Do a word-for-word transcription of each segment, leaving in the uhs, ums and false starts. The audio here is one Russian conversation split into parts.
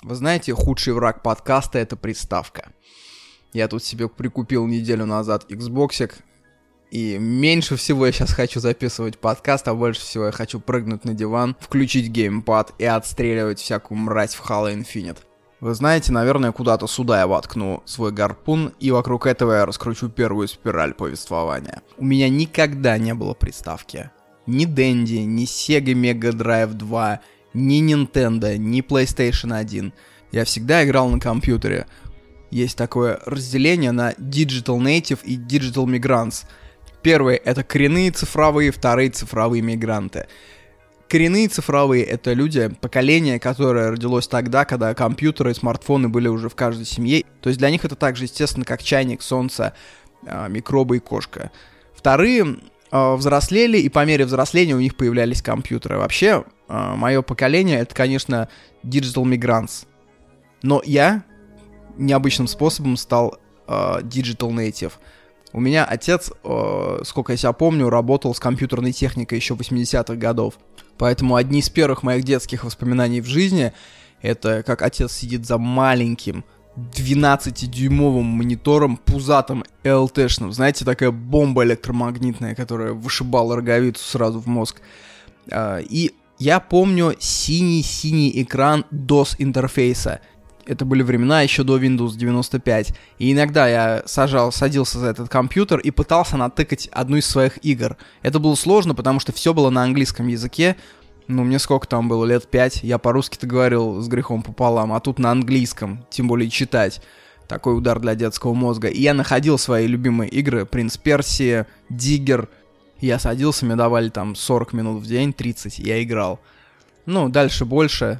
Вы знаете, худший враг подкаста — это приставка. Я тут себе прикупил неделю назад Xbox'ик, и меньше всего я сейчас хочу записывать подкаст, а больше всего я хочу прыгнуть на диван, включить геймпад и отстреливать всякую мразь в Halo Infinite. Вы знаете, наверное, куда-то сюда я воткну свой гарпун, и вокруг этого я раскручу первую спираль повествования. У меня никогда не было приставки. Ни Dendy, ни Sega Mega Drive два, ни Nintendo, ни PlayStation один. Я всегда играл на компьютере. Есть такое разделение на Digital Native и Digital Migrants. Первые — это коренные цифровые, вторые — цифровые мигранты. Коренные цифровые — это люди, поколение, которое родилось тогда, когда компьютеры и смартфоны были уже в каждой семье. То есть для них это так же естественно, как чайник, солнце, микробы и кошка. Вторые взрослели, и по мере взросления у них появлялись компьютеры. Вообще, мое поколение — это, конечно, Digital Migrants. Но я необычным способом стал uh, Digital Native. У меня отец, uh, сколько я себя помню, работал с компьютерной техникой еще восьмидесятых годов. Поэтому одни из первых моих детских воспоминаний в жизни — это как отец сидит за маленьким двенадцатидюймовым монитором, пузатым эл ти-шным. Знаете, такая бомба электромагнитная, которая вышибала роговицу сразу в мозг. Uh, и я помню синий-синий экран дос интерфейса. Это были времена еще до Windows девяносто пять. И иногда я сажал, садился за этот компьютер и пытался натыкать одну из своих игр. Это было сложно, потому что все было на английском языке. Ну, мне сколько там было, лет пять. Я по-русски-то говорил с грехом пополам, а тут на английском, тем более читать. Такой удар для детского мозга. И я находил свои любимые игры. «Принц Персии», «Диггер». Я садился, мне давали там сорок минут в день, тридцать, я играл. Ну, дальше больше.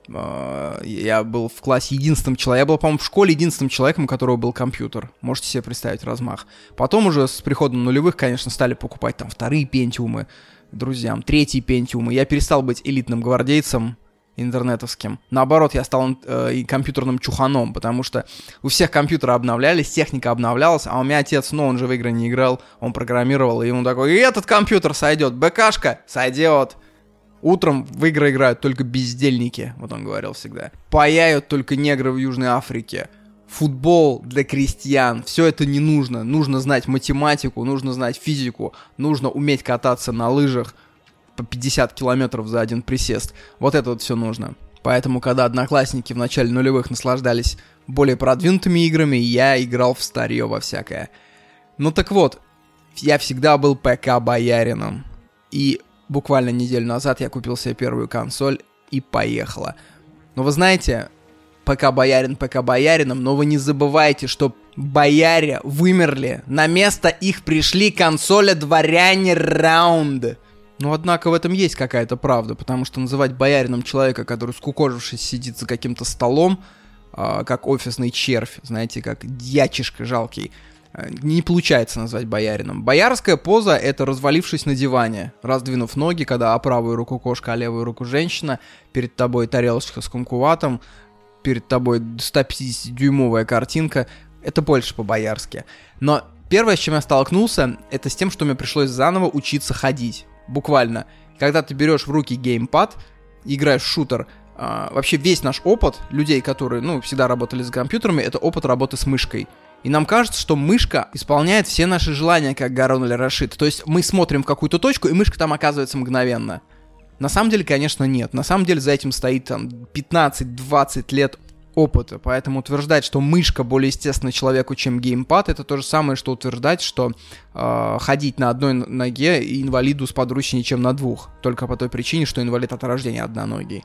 Я был в классе единственным человеком. Я был, по-моему, в школе единственным человеком, у которого был компьютер. Можете себе представить размах. Потом уже с приходом нулевых, конечно, стали покупать там вторые пентиумы друзьям, третьи пентиумы. Я перестал быть элитным гвардейцем интернетовским. Наоборот, я стал э, компьютерным чуханом, потому что у всех компьютеры обновлялись, техника обновлялась, а у меня отец, ну, он же в игры не играл, он программировал, и ему такой: и этот компьютер сойдет, БКшка сойдет. Утром в игры играют только бездельники, вот он говорил всегда. Паяют только негры в Южной Африке. Футбол для крестьян. Все это не нужно. Нужно знать математику, нужно знать физику, нужно уметь кататься на лыжах по пятьдесят километров за один присест. Вот это вот все нужно. Поэтому, когда одноклассники в начале нулевых наслаждались более продвинутыми играми, я играл в старье во всякое. Ну так вот, я всегда был ПК-боярином. И буквально неделю назад я купил себе первую консоль и поехала. Но вы знаете, ПК-боярин ПК-боярином, но вы не забывайте, что бояре вымерли. На место их пришли консоли-дворяне раунд. Но однако в этом есть какая-то правда, потому что называть боярином человека, который скукожившись сидит за каким-то столом, э, как офисный червь, знаете, как дьячишка жалкий, не получается назвать боярином. Боярская поза — это развалившись на диване, раздвинув ноги, когда а правую руку кошка, а левую руку женщина, перед тобой тарелочка с кумкуватом, перед тобой сто пятидесятидюймовая картинка. Это больше по-боярски. Но первое, с чем я столкнулся, это с тем, что мне пришлось заново учиться ходить. Буквально. Когда ты берешь в руки геймпад, играешь в шутер, э, вообще весь наш опыт людей, которые, ну, всегда работали с компьютерами, это опыт работы с мышкой. И нам кажется, что мышка исполняет все наши желания, как Гарун аль-Рашид. То есть мы смотрим в какую-то точку, и мышка там оказывается мгновенно. На самом деле, конечно, нет. На самом деле за этим стоит там пятнадцать-двадцать лет опыта. Поэтому утверждать, что мышка более естественна человеку, чем геймпад, это то же самое, что утверждать, что э, ходить на одной ноге инвалиду сподручнее, чем на двух. Только по той причине, что инвалид от рождения одноногий.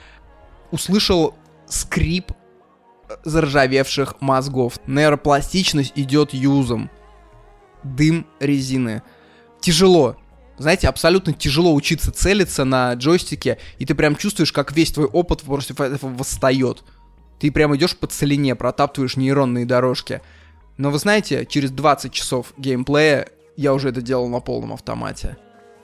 Услышал скрип заржавевших мозгов. Нейропластичность идет юзом. Дым резины. Тяжело. Знаете, абсолютно тяжело учиться целиться на джойстике, и ты прям чувствуешь, как весь твой опыт против этого восстает. Ты прям идешь по целине, протаптываешь нейронные дорожки. Но вы знаете, через двадцать часов геймплея я уже это делал на полном автомате.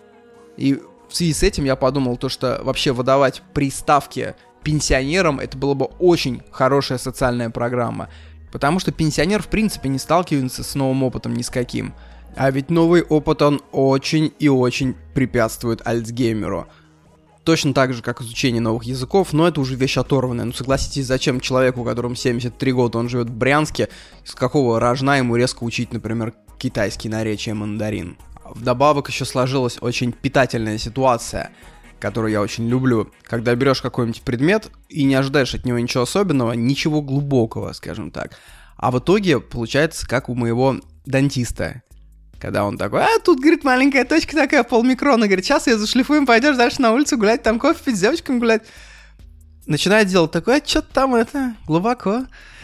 И в связи с этим я подумал, то, что вообще выдавать приставки пенсионерам — это была бы очень хорошая социальная программа. Потому что пенсионер, в принципе, не сталкивается с новым опытом ни с каким. А ведь новый опыт, он очень и очень препятствует альцгеймеру. точно так же, как изучение новых языков, но это уже вещь оторванная. Ну, согласитесь, зачем человеку, которому семьдесят три года, он живет в Брянске, с какого рожна ему резко учить, например, китайский наречие мандарин? Вдобавок еще сложилась очень питательная ситуация, которую я очень люблю, когда берешь какой-нибудь предмет и не ожидаешь от него ничего особенного, ничего глубокого, скажем так. А в итоге получается, как у моего дантиста. Когда он такой, а, тут, говорит, маленькая точка такая, полмикрона, говорит, сейчас ее зашлифуем, пойдешь дальше на улицу гулять, там кофе пить, с девочками гулять. Начинает делать такое, а что-то там это, глубоко.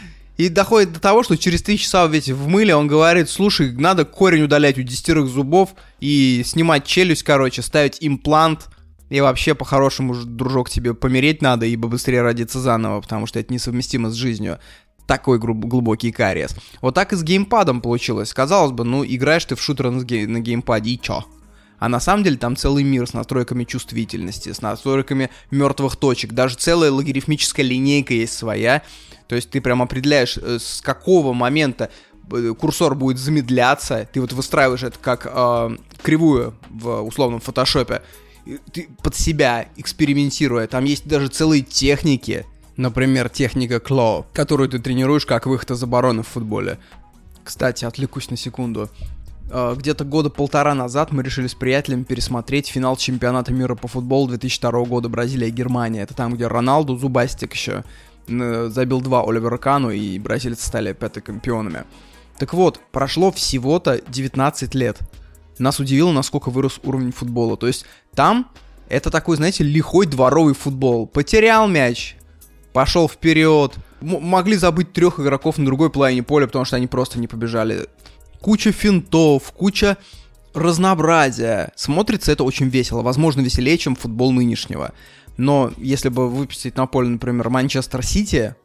И доходит до того, что через три часа ведь в мыле он говорит, слушай, надо корень удалять у десятерых зубов и снимать челюсть, короче, ставить имплант. И вообще, по-хорошему, дружок, тебе помереть надо, ибо быстрее родиться заново, потому что это несовместимо с жизнью. Такой груб- глубокий кариес. Вот так и с геймпадом получилось. Казалось бы, ну, играешь ты в шутер на, ге- на геймпаде, и чё? А на самом деле там целый мир с настройками чувствительности, с настройками мертвых точек. Даже целая логарифмическая линейка есть своя. То есть ты прям определяешь, с какого момента курсор будет замедляться. Ты вот выстраиваешь это как э, кривую в условном фотошопе. Ты под себя экспериментируя. Там есть даже целые техники. Например, техника клоу, которую ты тренируешь как выход из обороны в футболе. Кстати, отвлекусь на секунду. Где-то года полтора назад мы решили с приятелем пересмотреть финал чемпионата мира по футболу две тысячи второго года Бразилия-Германия. Это там, где Роналду, зубастик еще, забил два Оливера Кану, и бразильцы стали опять чемпионами. Так вот, прошло всего-то девятнадцать лет. Нас удивило, насколько вырос уровень футбола. То есть там это такой, знаете, лихой дворовый футбол. Потерял мяч, пошел вперед. М- могли забыть трех игроков на другой половине поля, потому что они просто не побежали. Куча финтов, куча разнообразия. Смотрится это очень весело. Возможно, веселее, чем футбол нынешнего. Но если бы выпустить на поле, например, Манчестер Сити,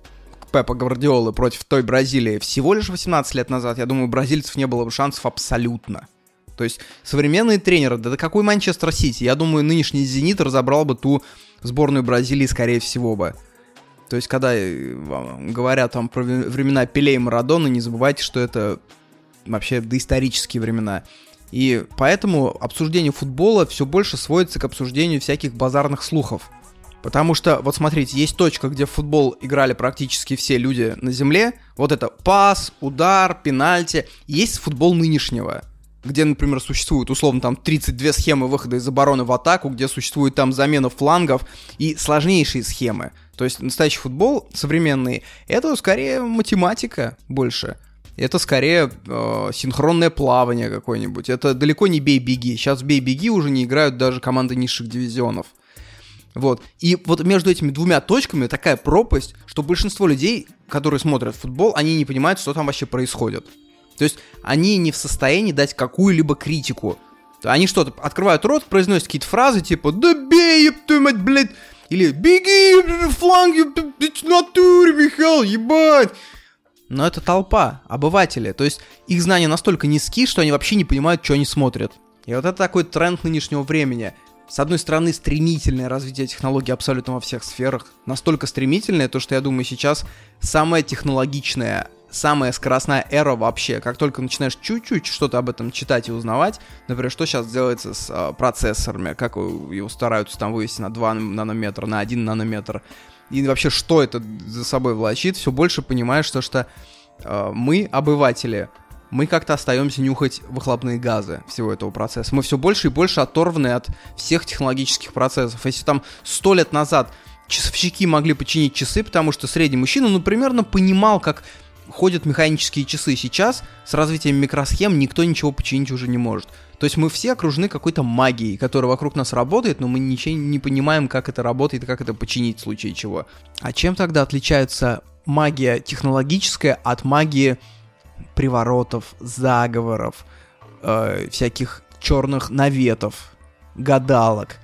Пепа Гвардиолы против той Бразилии всего лишь восемнадцать лет назад, я думаю, у бразильцев не было бы шансов абсолютно. То есть современные тренеры, да какой Манчестер Сити? Я думаю, нынешний «Зенит» разобрал бы ту сборную Бразилии, скорее всего бы. То есть, когда говорят там про времена Пеле и Марадоны, не забывайте, что это вообще доисторические времена. И поэтому обсуждение футбола все больше сводится к обсуждению всяких базарных слухов. Потому что, вот смотрите, есть точка, где в футбол играли практически все люди на земле. Вот это пас, удар, пенальти. Есть футбол нынешнего, где, например, существует условно там тридцать две схемы выхода из обороны в атаку, где существует там замена флангов и сложнейшие схемы. То есть настоящий футбол современный, это скорее математика больше. Это скорее э, синхронное плавание какое-нибудь. Это далеко не бей-беги. Сейчас в бей-беги уже не играют даже команды низших дивизионов. Вот. И вот между этими двумя точками такая пропасть, что большинство людей, которые смотрят футбол, они не понимают, что там вообще происходит. То есть они не в состоянии дать какую-либо критику. Они что-то открывают рот, произносят какие-то фразы типа «Да бей, еб твою мать, блядь!» Или «Беги, фланг, еб, натуре, Михаил, ебать!» Но это толпа, обыватели. То есть их знания настолько низки, что они вообще не понимают, что они смотрят. И вот это такой тренд нынешнего времени. С одной стороны, стремительное развитие технологий абсолютно во всех сферах. Настолько стремительное, то что, я думаю, сейчас самая технологичная, самая скоростная эра вообще. Как только начинаешь чуть-чуть что-то об этом читать и узнавать, например, что сейчас делается с э, процессорами, как его стараются там вывести на два нанометра, на один нанометр, и вообще, что это за собой влачит, все больше понимаешь, что, что э, мы, обыватели, мы как-то остаемся нюхать выхлопные газы всего этого процесса. Мы все больше и больше оторваны от всех технологических процессов. Если там сто лет назад часовщики могли починить часы, потому что средний мужчина, ну, примерно понимал, как ходят механические часы. Сейчас с развитием микросхем никто ничего починить уже не может. То есть мы все окружены какой-то магией, которая вокруг нас работает, но мы ничего не понимаем, как это работает и как это починить в случае чего. А чем тогда отличается магия технологическая от магии приворотов, заговоров, э, всяких черных наветов, гадалок?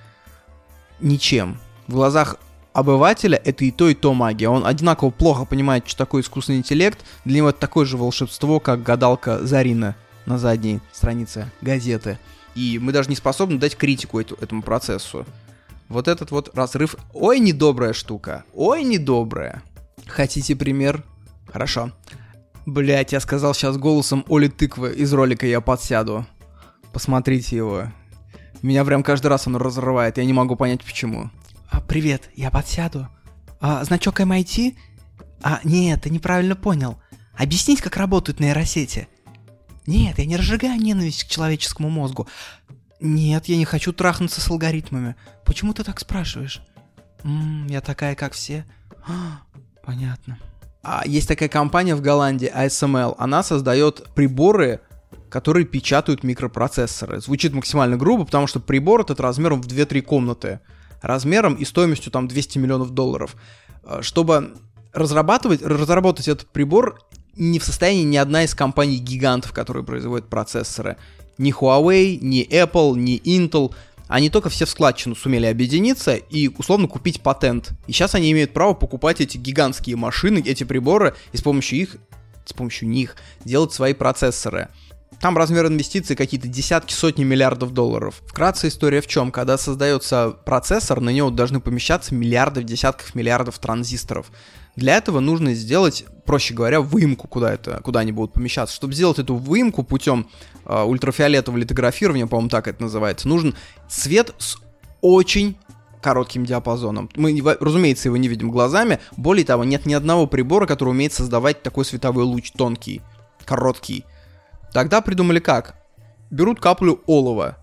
Ничем. В глазах обывателя это и то, и то магия. Он одинаково плохо понимает, что такое искусственный интеллект. Для него это такое же волшебство, как гадалка Зарина на задней странице газеты. И мы даже не способны дать критику эту, этому процессу. Вот этот вот разрыв. Ой, недобрая штука. Ой, недобрая. Хотите пример? Хорошо. Блять, я сказал сейчас голосом Оли Тыквы из ролика «Я подсяду». Посмотрите его. Меня прям каждый раз оно разрывает, я не могу понять, почему. А, привет, я подсяду. А, значок эм ай ти? А, нет, ты неправильно понял. Объяснить, как работают нейросети. Нет, я не разжигаю ненависть к человеческому мозгу. Нет, я не хочу трахнуться с алгоритмами. Почему ты так спрашиваешь? М-м, я такая, как все. А, понятно. А есть такая компания в Голландии, эй эс эм эл. Она создает приборы, которые печатают микропроцессоры. Звучит максимально грубо, потому что прибор этот размером в две-три комнаты. Размером и стоимостью там двести миллионов долларов. Чтобы разрабатывать, разработать этот прибор, не в состоянии ни одна из компаний-гигантов, которые производят процессоры. Ни Huawei, ни Apple, ни Intel. Они только все в складчину сумели объединиться и условно купить патент. И сейчас они имеют право покупать эти гигантские машины, эти приборы, и с помощью их, с помощью них делать свои процессоры. Там размер инвестиций какие-то десятки, сотни миллиардов долларов. Вкратце история в чем? Когда создается процессор, на него должны помещаться миллиардов, десятков миллиардов транзисторов. Для этого нужно сделать, проще говоря, выемку, куда, это, куда они будут помещаться. Чтобы сделать эту выемку путем э, ультрафиолетового литографирования, по-моему, так это называется, нужен цвет с очень коротким диапазоном. Мы, разумеется, его не видим глазами. Более того, нет ни одного прибора, который умеет создавать такой световой луч тонкий, короткий. Тогда придумали как? Берут каплю олова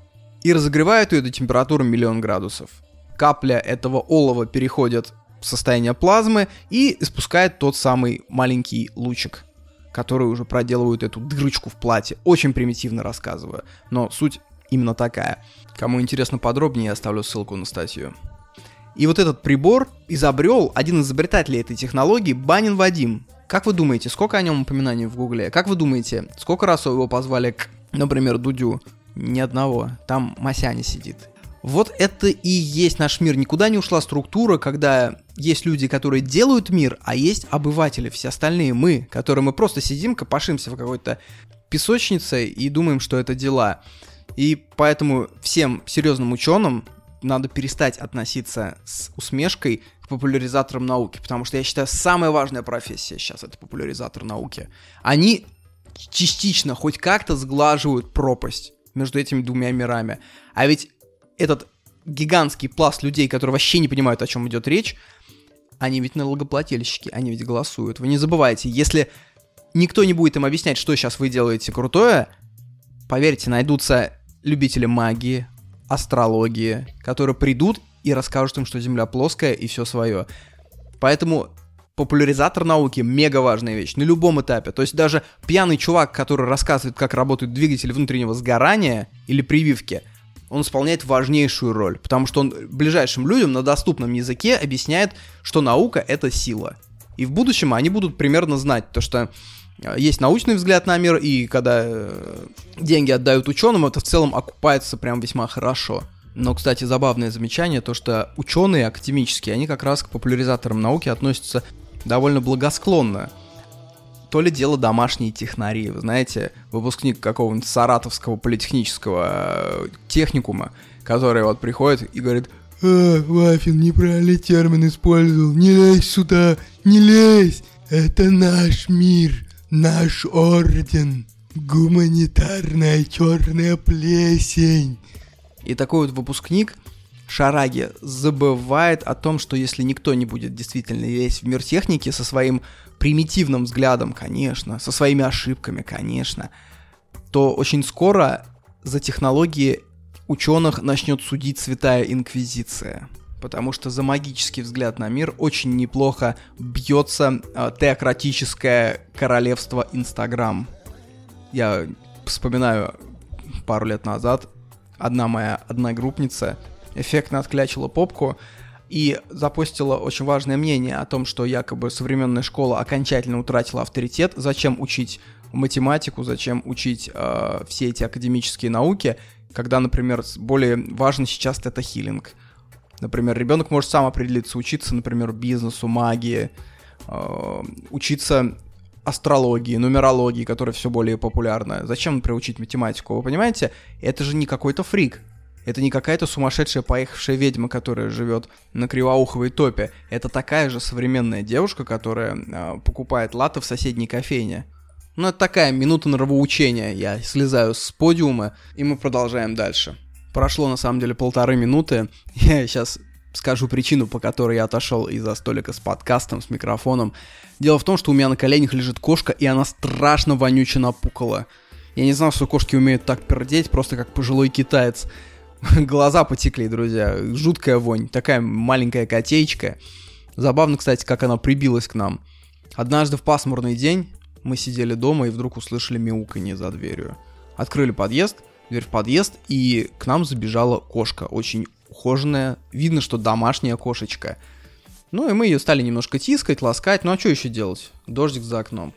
и разогревают ее до температуры миллион градусов. Капля этого олова переходит в состояние плазмы и испускает тот самый маленький лучик, который уже проделывает эту дырочку в плате. Очень примитивно рассказываю, но суть именно такая. Кому интересно подробнее, я оставлю ссылку на статью. И вот этот прибор изобрел один из изобретателей этой технологии, Банин Вадим. Как вы думаете, сколько о нем упоминаний в Гугле? Как вы думаете, сколько раз его позвали к, например, Дудю? Ни одного. Там Масяня сидит. Вот это и есть наш мир. Никуда не ушла структура, когда есть люди, которые делают мир, а есть обыватели, все остальные мы, которые мы просто сидим, копошимся в какой-то песочнице и думаем, что это дела. И поэтому всем серьезным ученым надо перестать относиться с усмешкой к популяризаторам науки, потому что я считаю, самая важная профессия сейчас — это популяризатор науки. Они частично хоть как-то сглаживают пропасть между этими двумя мирами. А ведь этот гигантский пласт людей, которые вообще не понимают, о чем идет речь, они ведь налогоплательщики, они ведь голосуют. Вы не забывайте, если никто не будет им объяснять, что сейчас вы делаете крутое, поверьте, найдутся любители магии, астрологии, которые придут и расскажут им, что Земля плоская и все свое. Поэтому популяризатор науки — мега важная вещь на любом этапе. То есть даже пьяный чувак, который рассказывает, как работают двигатели внутреннего сгорания или прививки, он исполняет важнейшую роль, потому что он ближайшим людям на доступном языке объясняет, что наука — это сила. И в будущем они будут примерно знать, то что есть научный взгляд на мир, и когда деньги отдают ученым, это в целом окупается прям весьма хорошо. Но, кстати, забавное замечание, то что ученые академические, они как раз к популяризаторам науки относятся довольно благосклонно. То ли дело домашние технари. Вы знаете, выпускник какого-нибудь саратовского политехнического техникума, который вот приходит и говорит: «А, Вафин неправильный термин использовал, не лезь сюда, не лезь, это наш мир, наш орден, гуманитарная черная плесень». И такой вот выпускник шараги забывает о том, что если никто не будет действительно лезть в мир техники со своим примитивным взглядом, конечно, со своими ошибками, конечно, то очень скоро за технологии ученых начнет судить святая инквизиция. Потому что за магический взгляд на мир очень неплохо бьется э, теократическое королевство Инстаграм. Я вспоминаю пару лет назад, одна моя одногруппница эффектно отклячила попку и запостила очень важное мнение о том, что якобы современная школа окончательно утратила авторитет. Зачем учить математику, зачем учить э, все эти академические науки, когда, например, более важно сейчас тета-хилинг. Например, ребенок может сам определиться, учиться, например, бизнесу, магии, э, учиться астрологии, нумерологии, которая все более популярна. Зачем, например, учить математику? Вы понимаете, это же не какой-то фрик. Это не какая-то сумасшедшая поехавшая ведьма, которая живет на Кривоуховой топе. Это такая же современная девушка, которая э, покупает латте в соседней кофейне. Ну, это такая минута нравоучения. Я слезаю с подиума, и мы продолжаем дальше. Прошло, на самом деле, полторы минуты. Я сейчас скажу причину, по которой я отошел из-за столика с подкастом, с микрофоном. Дело в том, что у меня на коленях лежит кошка, и она страшно вонюче напукала. Я не знал, что кошки умеют так пердеть, просто как пожилой китаец. Глаза потекли, друзья. Жуткая вонь. Такая маленькая котеечка. Забавно, кстати, как она прибилась к нам. Однажды в пасмурный день мы сидели дома и вдруг услышали мяуканье за дверью. Открыли подъезд, дверь в подъезд, и к нам забежала кошка. Очень ухоженная. Видно, что домашняя кошечка. Ну и мы ее стали немножко тискать, ласкать. Ну а что еще делать? Дождик за окном.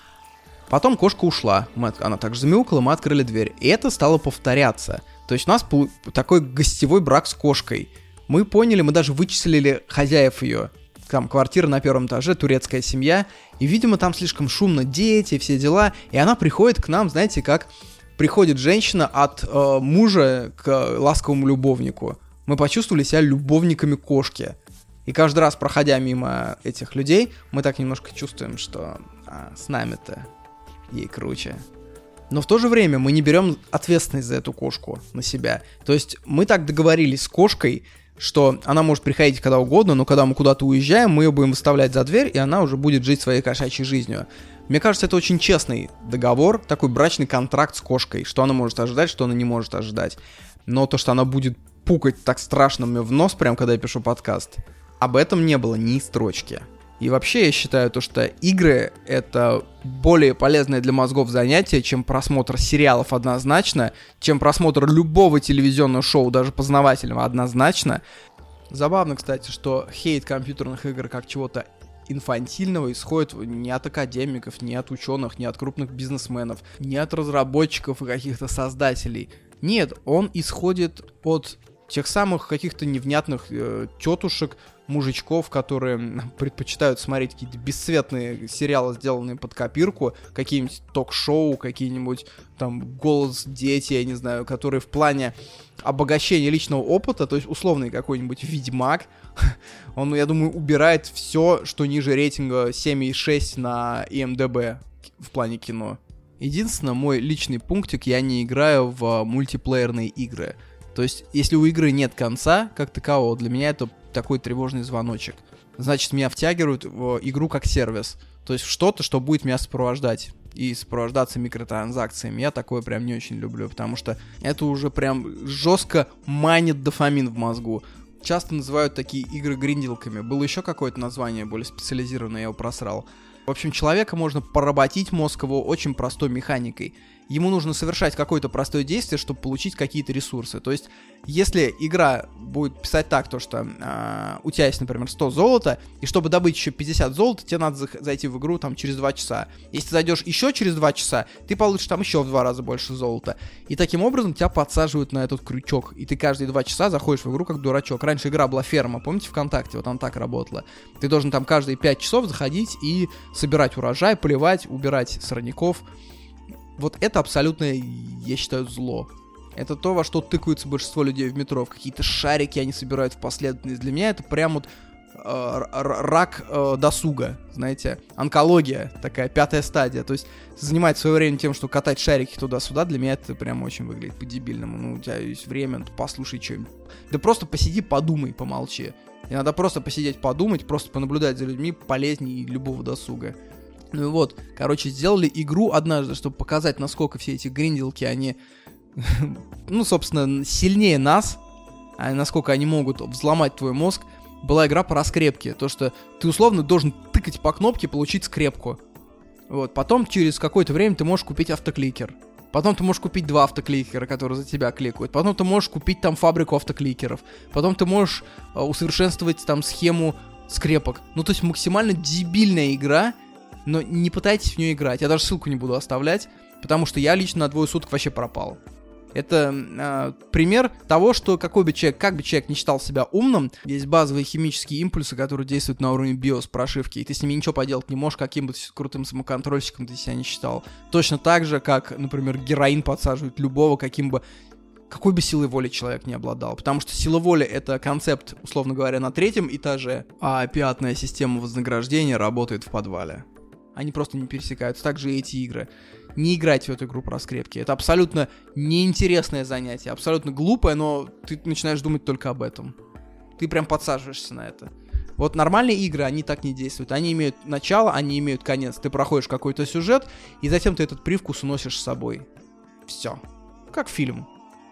Потом кошка ушла. Мы, она также замяукала, мы открыли дверь. И это стало повторяться. То есть у нас был такой гостевой брак с кошкой. Мы поняли, мы даже вычислили хозяев ее. Там квартира на первом этаже, турецкая семья. И, видимо, там слишком шумно, дети, все дела. И она приходит к нам, знаете, как приходит женщина от э, мужа к ласковому любовнику. Мы почувствовали себя любовниками кошки. И каждый раз, проходя мимо этих людей, мы так немножко чувствуем, что а, с нами-то ей круче. Но в то же время мы не берем ответственность за эту кошку на себя. То есть мы так договорились с кошкой, что она может приходить когда угодно, но когда мы куда-то уезжаем, мы ее будем выставлять за дверь, и она уже будет жить своей кошачьей жизнью. Мне кажется, это очень честный договор, такой брачный контракт с кошкой, что она может ожидать, что она не может ожидать. Но то, что она будет пукать так страшно мне в нос, прям когда я пишу подкаст, об этом не было ни строчки. И вообще я считаю то, что игры — это более полезное для мозгов занятие, чем просмотр сериалов однозначно, чем просмотр любого телевизионного шоу, даже познавательного, однозначно. Забавно, кстати, что хейт компьютерных игр как чего-то инфантильного исходит не от академиков, не от ученых, не от крупных бизнесменов, не от разработчиков и каких-то создателей. Нет, он исходит от тех самых каких-то невнятных э, тетушек, мужичков, которые предпочитают смотреть какие-то бесцветные сериалы, сделанные под копирку, какие-нибудь ток-шоу, какие-нибудь там «Голос дети», я не знаю, которые в плане обогащения личного опыта, то есть условный какой-нибудь «Ведьмак», он, я думаю, убирает все, что ниже рейтинга семь и шесть на ай эм ди би в плане кино. Единственное, мой личный пунктик, я не играю в мультиплеерные игры. То есть, если у игры нет конца, как такового, для меня это такой тревожный звоночек. Значит, меня втягивают в игру как сервис. То есть в что-то, что будет меня сопровождать. И сопровождаться микротранзакциями. Я такое прям не очень люблю, потому что это уже прям жестко манит дофамин в мозгу. Часто называют такие игры гринделками. Было еще какое-то название более специализированное, я его просрал. В общем, человека можно поработить мозг его очень простой механикой. Ему нужно совершать какое-то простое действие, чтобы получить какие-то ресурсы. То есть, если игра будет писать так, то что э, у тебя есть, например, сто золота, и чтобы добыть еще пятьдесят золота, тебе надо за- зайти в игру там через два часа. Если ты зайдешь еще через два часа, ты получишь там еще в два раза больше золота. И таким образом тебя подсаживают на этот крючок. И ты каждые два часа заходишь в игру как дурачок. Раньше игра была ферма, помните, ВКонтакте? Вот она так работала. Ты должен там каждые пять часов заходить и собирать урожай, поливать, убирать сорняков. Вот это абсолютно, я считаю, зло. Это то, во что тыкаются большинство людей в метро. В какие-то шарики они собирают в последовательность. Для меня это прям вот э, рак э, досуга, знаете. Онкология, такая пятая стадия. То есть занимать свое время тем, что катать шарики туда-сюда, для меня это прям очень выглядит по-дебильному. Ну, у тебя есть время, ну, послушай что-нибудь. Да просто посиди, подумай, помолчи. И надо просто посидеть, подумать, просто понаблюдать за людьми полезнее любого досуга. Ну и вот, короче, сделали игру однажды, чтобы показать, насколько все эти гринделки, они, ну, собственно, сильнее нас, а насколько они могут взломать твой мозг. Была игра по раскрепке, то, что ты условно должен тыкать по кнопке, получить скрепку. Вот, потом через какое-то время ты можешь купить автокликер. Потом ты можешь купить два автокликера, которые за тебя кликают. Потом ты можешь купить там фабрику автокликеров. Потом ты можешь э, усовершенствовать там схему скрепок. Ну, то есть максимально дебильная игра. Но не пытайтесь в нее играть. Я даже ссылку не буду оставлять, потому что я лично на двое суток вообще пропал. Это э, пример того, что какой бы человек, как бы человек не считал себя умным, есть базовые химические импульсы, которые действуют на уровне биос прошивки, и ты с ними ничего поделать не можешь, каким бы крутым самоконтрольщиком ты себя не считал. Точно так же, как, например, героин подсаживает любого, каким бы... какой бы силой воли человек не обладал. Потому что сила воли — это концепт, условно говоря, на третьем этаже, а опиатная система вознаграждения работает в подвале. Они просто не пересекаются. Так же и эти игры. Не играйте в эту игру про скрепки. Это абсолютно неинтересное занятие, абсолютно глупое, но ты начинаешь думать только об этом. Ты прям подсаживаешься на это. Вот нормальные игры, они так не действуют. Они имеют начало, они имеют конец. Ты проходишь какой-то сюжет, и затем ты этот привкус уносишь с собой. Все. Как фильм.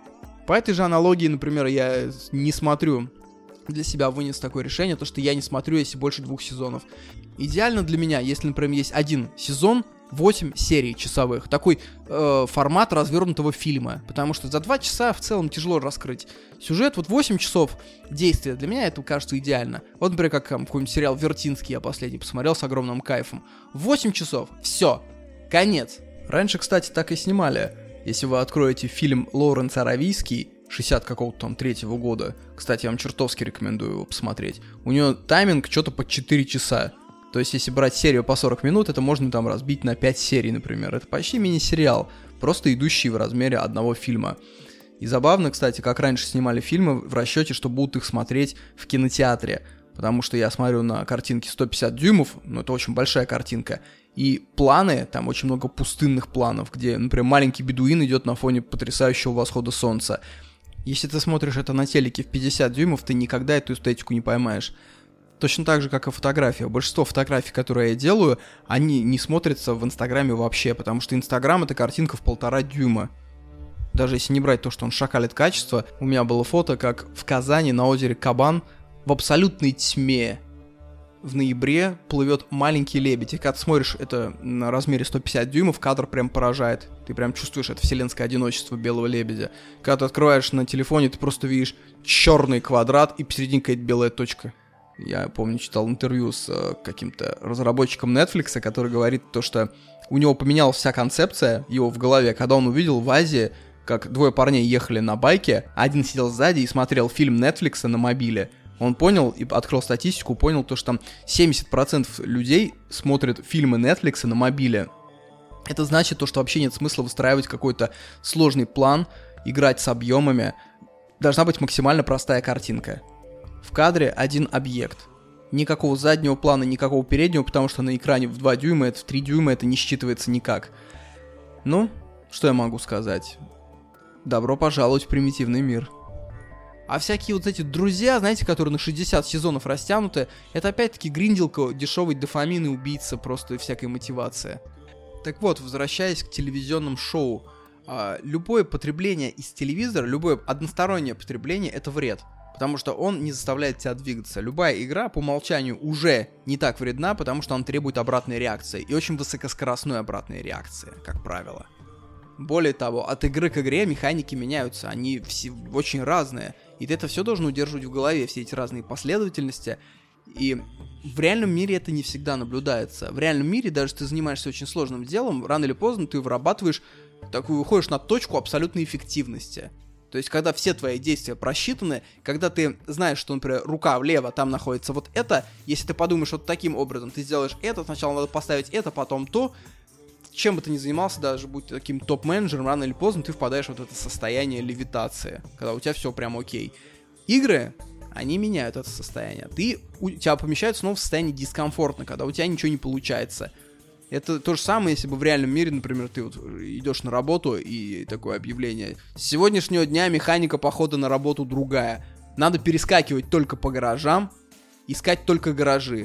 По этой же аналогии, например, я не смотрю... Для себя вынес такое решение, то что я не смотрю, если больше двух сезонов. Идеально для меня, если, например, есть один сезон, восемь серий часовых. Такой э, формат развернутого фильма. Потому что за два часа в целом тяжело раскрыть сюжет. Вот восемь часов действия, для меня это кажется идеально. Вот, например, как там, какой-нибудь сериал «Вертинский» я последний посмотрел с огромным кайфом. восемь часов, все, конец. Раньше, кстати, так и снимали. Если вы откроете фильм Лоуренс Аравийский, шестьдесят какого-то там третьего года. Кстати, я вам чертовски рекомендую его посмотреть. У него тайминг что-то под четыре часа. То есть, если брать серию по сорок минут, это можно там разбить на пять серий, например. Это почти мини-сериал, просто идущий в размере одного фильма. И забавно, кстати, как раньше снимали фильмы в расчете, что будут их смотреть в кинотеатре. Потому что я смотрю на картинки сто пятьдесят дюймов, ну это очень большая картинка. И планы, там очень много пустынных планов, где, например, маленький бедуин идет на фоне потрясающего восхода солнца. Если ты смотришь это на телеке в пятьдесят дюймов, ты никогда эту эстетику не поймаешь. Точно так же, как и фотография. Большинство фотографий, которые я делаю, они не смотрятся в Инстаграме вообще, потому что Инстаграм — это картинка в полтора дюйма. Даже если не брать то, что он шакалит качество, у меня было фото, как в Казани на озере Кабан в абсолютной тьме в ноябре плывет маленький лебедь. И когда ты смотришь это на размере сто пятьдесят дюймов, кадр прям поражает. Ты прям чувствуешь это вселенское одиночество белого лебедя. Когда ты открываешь на телефоне, ты просто видишь черный квадрат и посередине какая-то белая точка. Я помню, читал интервью с э, каким-то разработчиком Netflix, который говорит то, что у него поменялась вся концепция его в голове, когда он увидел в Азии, как двое парней ехали на байке, один сидел сзади и смотрел фильм Netflix на мобиле. Он понял и открыл статистику, понял то, что там семьдесят процентов людей смотрят фильмы Netflix на мобиле. Это значит то, что вообще нет смысла выстраивать какой-то сложный план, играть с объемами. Должна быть максимально простая картинка. В кадре один объект. Никакого заднего плана, никакого переднего, потому что на экране в два дюйма, это в три дюйма, это не считывается никак. Ну, что я могу сказать? Добро пожаловать в примитивный мир. А всякие вот эти друзья, знаете, которые на шестьдесят сезонов растянуты, это опять-таки гринделка, дешевый дофамин и убийца, просто всякая мотивация. Так вот, возвращаясь к телевизионным шоу, любое потребление из телевизора, любое одностороннее потребление — это вред. Потому что он не заставляет тебя двигаться. Любая игра по умолчанию уже не так вредна, потому что она требует обратной реакции. И очень высокоскоростной обратной реакции, как правило. Более того, от игры к игре механики меняются. Они все очень разные. И ты это все должен удерживать в голове, все эти разные последовательности. И в реальном мире это не всегда наблюдается. В реальном мире, даже если ты занимаешься очень сложным делом, рано или поздно ты вырабатываешь такую, выходишь на точку абсолютной эффективности. То есть, когда все твои действия просчитаны, когда ты знаешь, что, например, рука влево, там находится вот это, если ты подумаешь вот таким образом, ты сделаешь это, сначала надо поставить это, потом то, чем бы ты ни занимался, даже будь ты таким топ-менеджером, рано или поздно ты впадаешь в вот это состояние левитации, когда у тебя все прям окей. Игры, они меняют это состояние. Ты, у тебя помещают снова в состояние дискомфортно, когда у тебя ничего не получается. Это то же самое, если бы в реальном мире, например, ты вот идешь на работу и такое объявление: с сегодняшнего дня механика похода на работу другая. Надо перескакивать только по гаражам, искать только гаражи.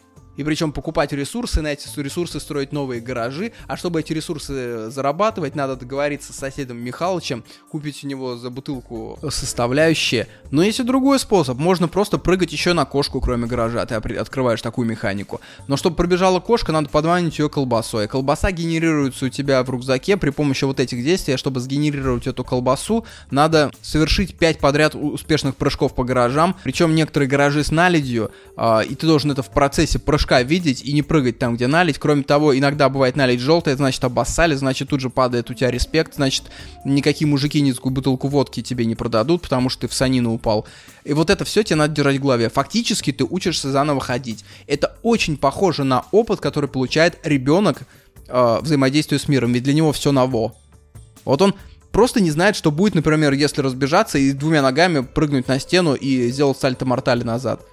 И причем покупать ресурсы, на эти ресурсы строить новые гаражи. А чтобы эти ресурсы зарабатывать, надо договориться с соседом Михалычем, купить у него за бутылку составляющие. Но есть и другой способ. Можно просто прыгать еще на кошку, кроме гаража. Ты открываешь такую механику. Но чтобы пробежала кошка, надо подманить ее колбасой. Колбаса генерируется у тебя в рюкзаке при помощи вот этих действий. А чтобы сгенерировать эту колбасу, надо совершить пять подряд успешных прыжков по гаражам. Причем некоторые гаражи с наледью, э, и ты должен это в процессе прыжка видеть и не прыгать там, где наледь. Кроме того, иногда бывает наледь желтая, значит обоссали, значит тут же падает у тебя респект, значит никакие мужики низкую бутылку водки тебе не продадут, потому что ты в санину упал. И вот это все тебе надо держать в голове. Фактически ты учишься заново ходить. Это очень похоже на опыт, который получает ребенок э, взаимодействия с миром, ведь для него все ново. Вот он просто не знает, что будет, например, если разбежаться и двумя ногами прыгнуть на стену и сделать сальто-мортале назад.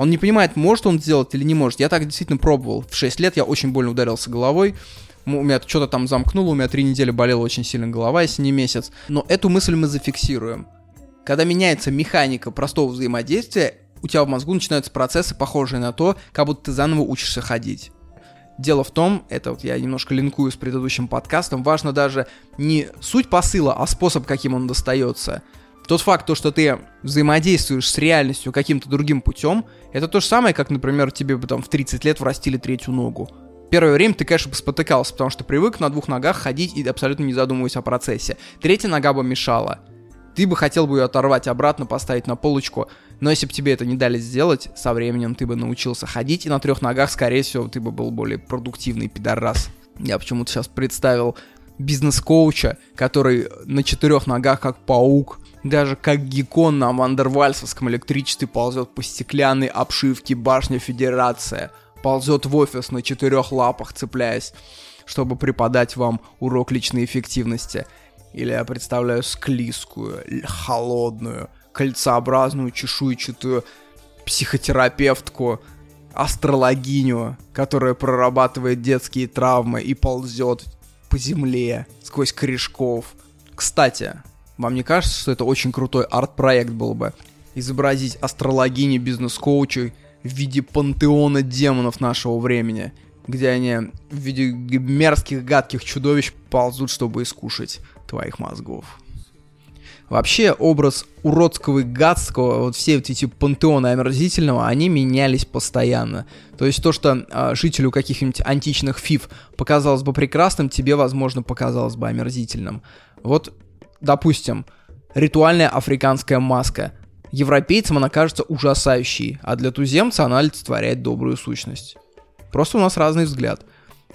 Он не понимает, может он сделать или не может. Я так действительно пробовал. В шесть лет я очень больно ударился головой. У меня что-то там замкнуло, у меня три недели болела очень сильно голова, если не месяц. Но эту мысль мы зафиксируем. Когда меняется механика простого взаимодействия, у тебя в мозгу начинаются процессы, похожие на то, как будто ты заново учишься ходить. Дело в том, это вот я немножко линкую с предыдущим подкастом, важно даже не суть посыла, а способ, каким он достается. Тот факт, то, что ты взаимодействуешь с реальностью каким-то другим путем, это то же самое, как, например, тебе бы там в тридцать лет врастили третью ногу. Первое время ты, конечно, бы спотыкался, потому что привык на двух ногах ходить и абсолютно не задумываясь о процессе. Третья нога бы мешала. Ты бы хотел бы ее оторвать обратно, поставить на полочку, но если бы тебе это не дали сделать, со временем ты бы научился ходить, и на трех ногах, скорее всего, ты бы был более продуктивный пидорас. Я почему-то сейчас представил бизнес-коуча, который на четырех ногах, как паук, даже как геккон на вандервальсовском электричестве ползет по стеклянной обшивке башни Федерация, ползет в офис на четырех лапах, цепляясь, чтобы преподать вам урок личной эффективности. Или я представляю склизкую, холодную, кольцеобразную, чешуйчатую психотерапевтку, астрологиню, которая прорабатывает детские травмы и ползет по земле сквозь корешков. Кстати, вам не кажется, что это очень крутой арт-проект был бы? Изобразить астрологини бизнес-коучей в виде пантеона демонов нашего времени, где они в виде мерзких, гадких чудовищ ползут, чтобы искушать твоих мозгов. Вообще, образ уродского и гадского, вот все вот эти пантеоны омерзительного, они менялись постоянно. То есть то, что э, жителю каких-нибудь античных фиф показалось бы прекрасным, тебе, возможно, показалось бы омерзительным. Вот, допустим, ритуальная африканская маска. Европейцам она кажется ужасающей, а для туземца она олицетворяет добрую сущность. Просто у нас разный взгляд.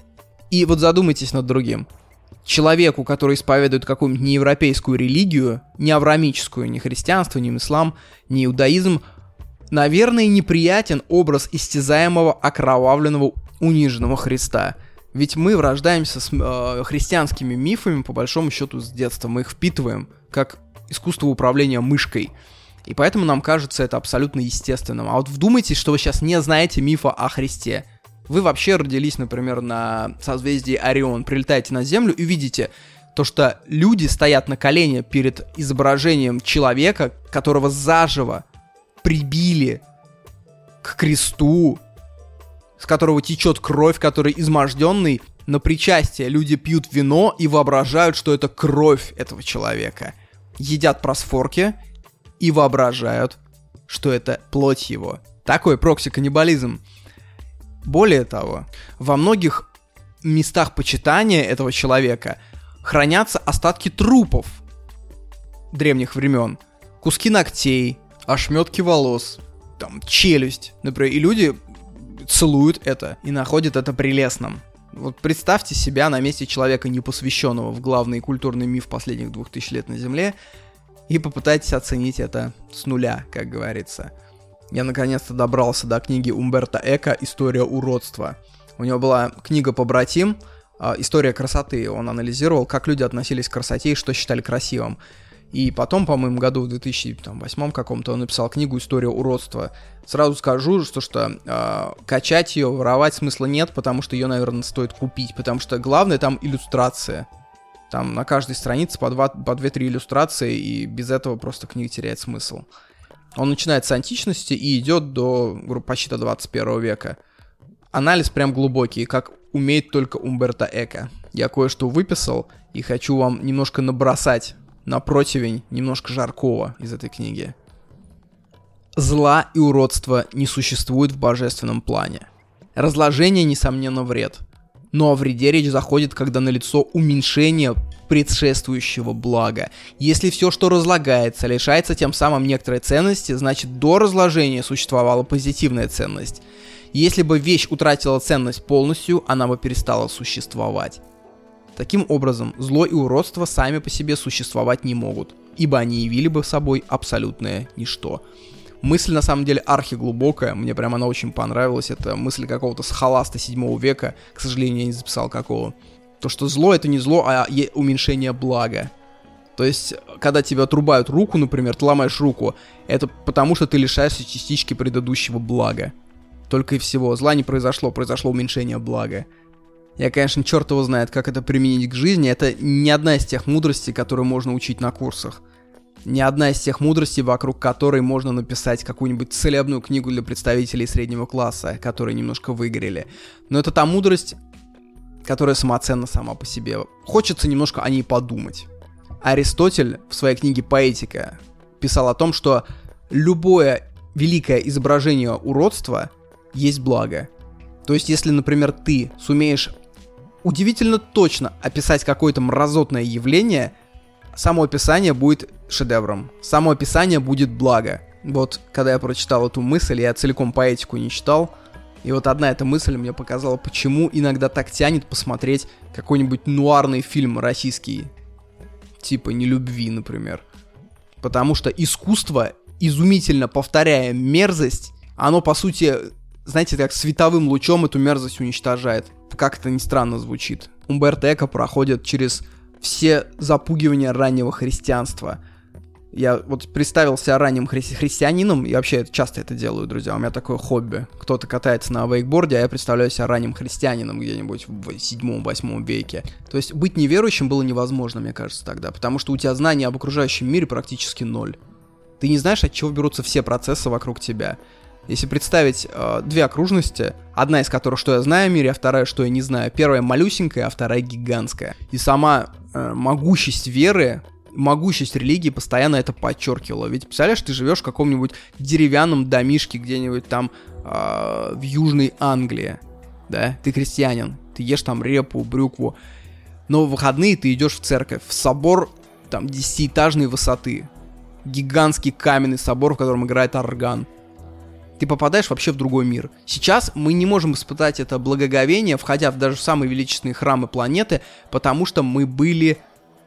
И вот задумайтесь над другим. Человеку, который исповедует какую-нибудь неевропейскую религию, не авраамическую, ни христианство, ни ислам, ни иудаизм, наверное, неприятен образ истязаемого, окровавленного, униженного Христа. Ведь мы рождаемся с э, христианскими мифами, по большому счету, с детства. Мы их впитываем, как искусство управления мышкой. И поэтому нам кажется это абсолютно естественным. А вот вдумайтесь, что вы сейчас не знаете мифа о Христе. Вы вообще родились, например, на созвездии Орион, прилетаете на Землю и видите то, что люди стоят на колене перед изображением человека, которого заживо прибили к кресту, с которого течет кровь, который изможденный. На причастие люди пьют вино и воображают, что это кровь этого человека. Едят просфорки и воображают, что это плоть его. Такой прокси-каннибализм. Более того, во многих местах почитания этого человека хранятся остатки трупов древних времен. Куски ногтей, ошметки волос, там, челюсть, например. И люди целуют это и находят это прелестным. Вот представьте себя на месте человека, не посвященного в главный культурный миф последних двух тысяч лет на Земле, и попытайтесь оценить это с нуля, как говорится. Я наконец-то добрался до книги Умберто Эко «История уродства». У него была книга «Побратим», «История красоты». Он анализировал, как люди относились к красоте и что считали красивым. И потом, по-моему, году в две тысячи восьмом каком-то он написал книгу «История уродства». Сразу скажу, что, что э, качать ее, воровать смысла нет, потому что ее, наверное, стоит купить. Потому что главное там иллюстрация. Там на каждой странице по, два, по две-три иллюстрации, и без этого просто книга теряет смысл. Он начинает с античности и идет до, почти до двадцать первого века. Анализ прям глубокий, как умеет только Умберто Эко. Я кое-что выписал и хочу вам немножко набросать на противень немножко жаркого из этой книги. Зла и уродства не существует в божественном плане. Разложение, несомненно, вред. Но о вреде речь заходит, когда налицо уменьшение предшествующего блага. Если все, что разлагается, лишается тем самым некоторой ценности, значит до разложения существовала позитивная ценность. Если бы вещь утратила ценность полностью, она бы перестала существовать. Таким образом, зло и уродство сами по себе существовать не могут, ибо они явили бы собой абсолютное ничто. Мысль на самом деле архиглубокая, мне прям она очень понравилась, это мысль какого-то схоласта седьмого века, к сожалению, я не записал какого. То, что зло это не зло, а уменьшение блага. То есть, когда тебе отрубают руку, например, ты ломаешь руку, это потому, что ты лишаешься частички предыдущего блага. Только и всего. Зла не произошло, произошло уменьшение блага. Я, конечно, черт его знает, как это применить к жизни. Это не одна из тех мудростей, которые можно учить на курсах. Не одна из тех мудростей, вокруг которой можно написать какую-нибудь целебную книгу для представителей среднего класса, которые немножко выгорели. Но это та мудрость, которая самоценна сама по себе. Хочется немножко о ней подумать. Аристотель в своей книге «Поэтика» писал о том, что любое великое изображение уродства есть благо. То есть, если, например, ты сумеешь удивительно точно описать какое-то мразотное явление, само описание будет шедевром. Само описание будет благо. Вот, когда я прочитал эту мысль, я целиком «Поэтику» не читал, и вот одна эта мысль мне показала, почему иногда так тянет посмотреть какой-нибудь нуарный фильм российский, типа «Нелюбви», например. Потому что искусство, изумительно повторяя мерзость, оно, по сути, знаете, как световым лучом эту мерзость уничтожает. Как это ни странно звучит. Умберто Эко проходит через все запугивания раннего христианства. Я вот представил себя ранним хри- христианином, и вообще часто это делаю, друзья, у меня такое хобби. Кто-то катается на вейкборде, а я представляю себя ранним христианином где-нибудь в седьмом-восьмом веке. То есть быть неверующим было невозможно, мне кажется, тогда, потому что у тебя знания об окружающем мире практически ноль. Ты не знаешь, от чего берутся все процессы вокруг тебя. Если представить э, две окружности, одна из которых, что я знаю о мире, а вторая, что я не знаю. Первая малюсенькая, а вторая гигантская. И сама э, могущесть веры, могущесть религии постоянно это подчеркивала. Ведь, представляешь, ты живешь в каком-нибудь деревянном домишке где-нибудь там э, в Южной Англии, да? Ты крестьянин, ты ешь там репу, брюкву. Но в выходные ты идешь в церковь, в собор там десятиэтажной высоты. Гигантский каменный собор, в котором играет орган. Ты попадаешь вообще в другой мир. Сейчас мы не можем испытать это благоговение, входя в даже в самые величественные храмы планеты, потому что мы были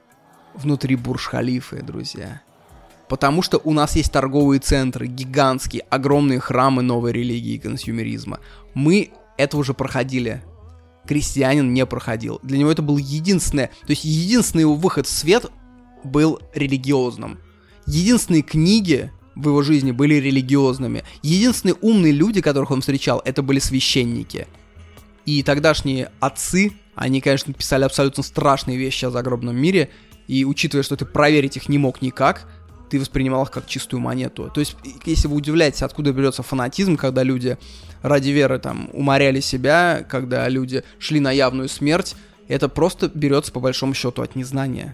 внутри Бурдж-Халифы, друзья. Потому что у нас есть торговые центры, гигантские, огромные храмы новой религии и консюмеризма. Мы это уже проходили. Крестьянин не проходил. Для него это был единственное, то есть единственный его выход в свет был религиозным. Единственные книги в его жизни были религиозными. Единственные умные люди, которых он встречал, это были священники. И тогдашние отцы, они, конечно, писали абсолютно страшные вещи о загробном мире, и учитывая, что ты проверить их не мог никак, ты воспринимал их как чистую монету. То есть, если вы удивляетесь, откуда берется фанатизм, когда люди ради веры там уморяли себя, когда люди шли на явную смерть, это просто берется, по большому счету, от незнания.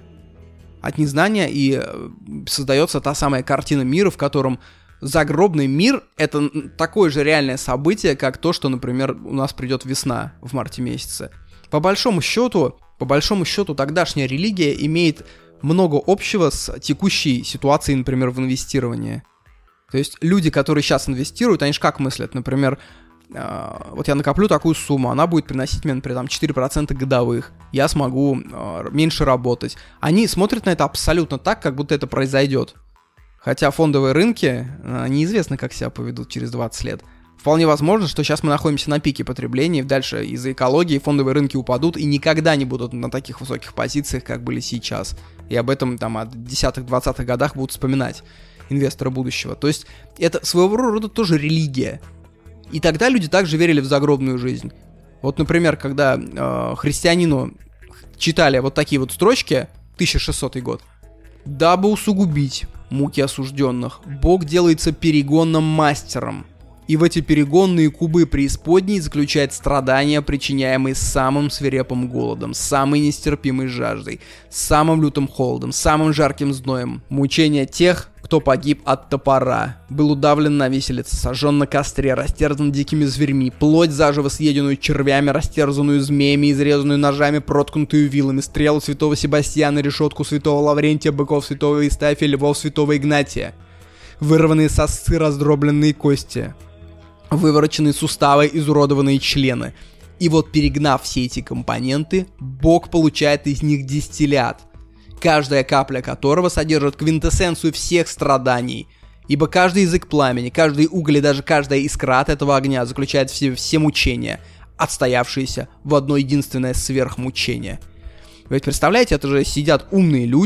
От незнания, и создается та самая картина мира, в котором загробный мир — это такое же реальное событие, как то, что, например, у нас придет весна в марте месяце. По большому счету, по большому счету, тогдашняя религия имеет много общего с текущей ситуацией, например, в инвестировании. То есть люди, которые сейчас инвестируют, они же как мыслят, например, вот я накоплю такую сумму, она будет приносить мне, например, там четыре процента годовых, я смогу э, меньше работать. Они смотрят на это абсолютно так, как будто это произойдет. Хотя фондовые рынки, э, неизвестно, как себя поведут через двадцать лет. Вполне возможно, что сейчас мы находимся на пике потребления, и дальше из-за экологии фондовые рынки упадут и никогда не будут на таких высоких позициях, как были сейчас. И об этом там от десятых-двадцатых годах будут вспоминать инвесторы будущего. То есть это своего рода тоже религия. И тогда люди также верили в загробную жизнь. Вот, например, когда э, христианину читали вот такие вот строчки, тысяча шестисотый год. «Дабы усугубить муки осужденных, Бог делается перегонным мастером, и в эти перегонные кубы преисподней заключает страдания, причиняемые самым свирепым голодом, самой нестерпимой жаждой, самым лютым холодом, самым жарким зноем, мучения тех, кто погиб от топора, был удавлен на виселице, сожжен на костре, растерзан дикими зверьми, плоть заживо съеденную червями, растерзанную змеями, изрезанную ножами, проткнутую вилами, стрелу святого Себастьяна, решетку святого Лаврентия, быков святого Истафия, львов святого Игнатия, вырванные сосцы, раздробленные кости, вывороченные суставы, изуродованные члены. И вот, перегнав все эти компоненты, Бог получает из них дистиллят, каждая капля которого содержит квинтэссенцию всех страданий. Ибо каждый язык пламени, каждый уголь и даже каждая искра от этого огня заключает в себе все мучения, отстоявшиеся в одно единственное сверхмучение. Вы ведь представляете, это же сидят умные люди,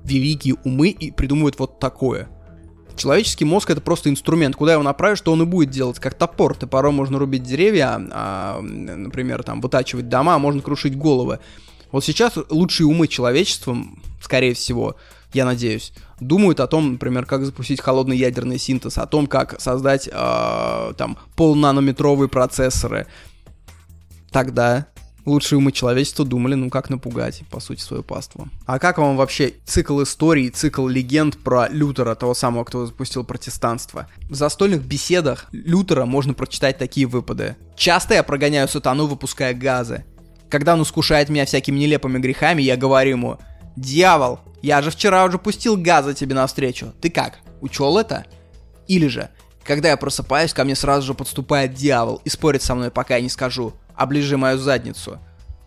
великие умы и придумывают вот такое. Человеческий мозг — это просто инструмент. Куда его направишь, что он и будет делать, как топор. Топором можно рубить деревья, а, например, там, вытачивать дома, а можно крушить головы. Вот сейчас лучшие умы человечества, скорее всего, я надеюсь, думают о том, например, как запустить холодный ядерный синтез, о том, как создать э, там полнанометровые процессоры. Тогда лучшие умы человечества думали, ну как напугать, по сути, свое паство. А как вам вообще цикл историй, цикл легенд про Лютера, того самого, кто запустил протестанство? В застольных беседах Лютера можно прочитать такие выпады. «Часто я прогоняю сатану, выпуская газы. Когда он искушает меня всякими нелепыми грехами, я говорю ему: дьявол, я же вчера уже пустил газы тебе навстречу. Ты как, учел это? Или же, когда я просыпаюсь, ко мне сразу же подступает дьявол и спорит со мной, пока я не скажу: оближи мою задницу».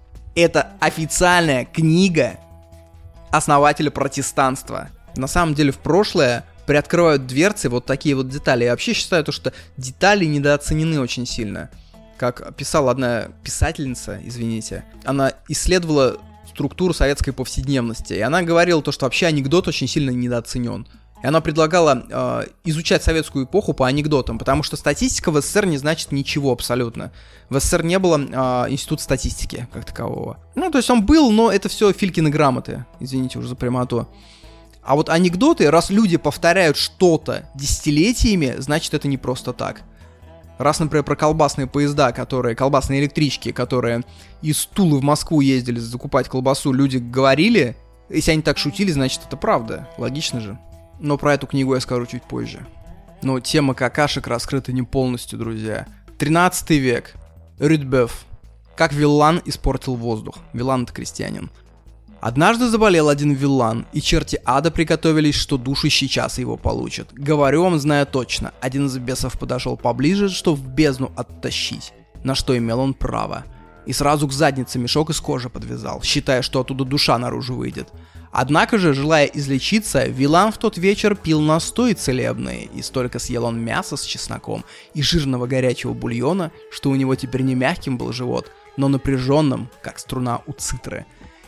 Это официальная книга основателя протестанства. На самом деле в прошлое приоткрывают дверцы вот такие вот детали. Я вообще считаю, то, что детали недооценены очень сильно. Как писала одна писательница, извините, она исследовала структуру советской повседневности, и она говорила то, что вообще анекдот очень сильно недооценен. И она предлагала э, изучать советскую эпоху по анекдотам, потому что статистика в СССР не значит ничего абсолютно. В СССР не было э, института статистики как такового. Ну, то есть он был, но это все Филькины грамоты, извините уже за прямоту. А вот анекдоты, раз люди повторяют что-то десятилетиями, значит это не просто так. Раз, например, про колбасные поезда, которые, колбасные электрички, которые из Тулы в Москву ездили закупать колбасу, люди говорили, если они так шутили, значит это правда. Логично же. Но про эту книгу я скажу чуть позже. Но тема какашек раскрыта не полностью, друзья. тринадцатый век. Рюдбеф. Как Виллан испортил воздух. Виллан — это крестьянин. Однажды заболел один виллан, и черти ада приготовились, что душу сейчас его получат. Говорю вам, зная точно, один из бесов подошел поближе, что в бездну оттащить, на что имел он право. И сразу к заднице мешок из кожи подвязал, считая, что оттуда душа наружу выйдет. Однако же, желая излечиться, виллан в тот вечер пил настои целебные, и столько съел он мяса с чесноком и жирного горячего бульона, что у него теперь не мягким был живот, но напряженным, как струна у цитры.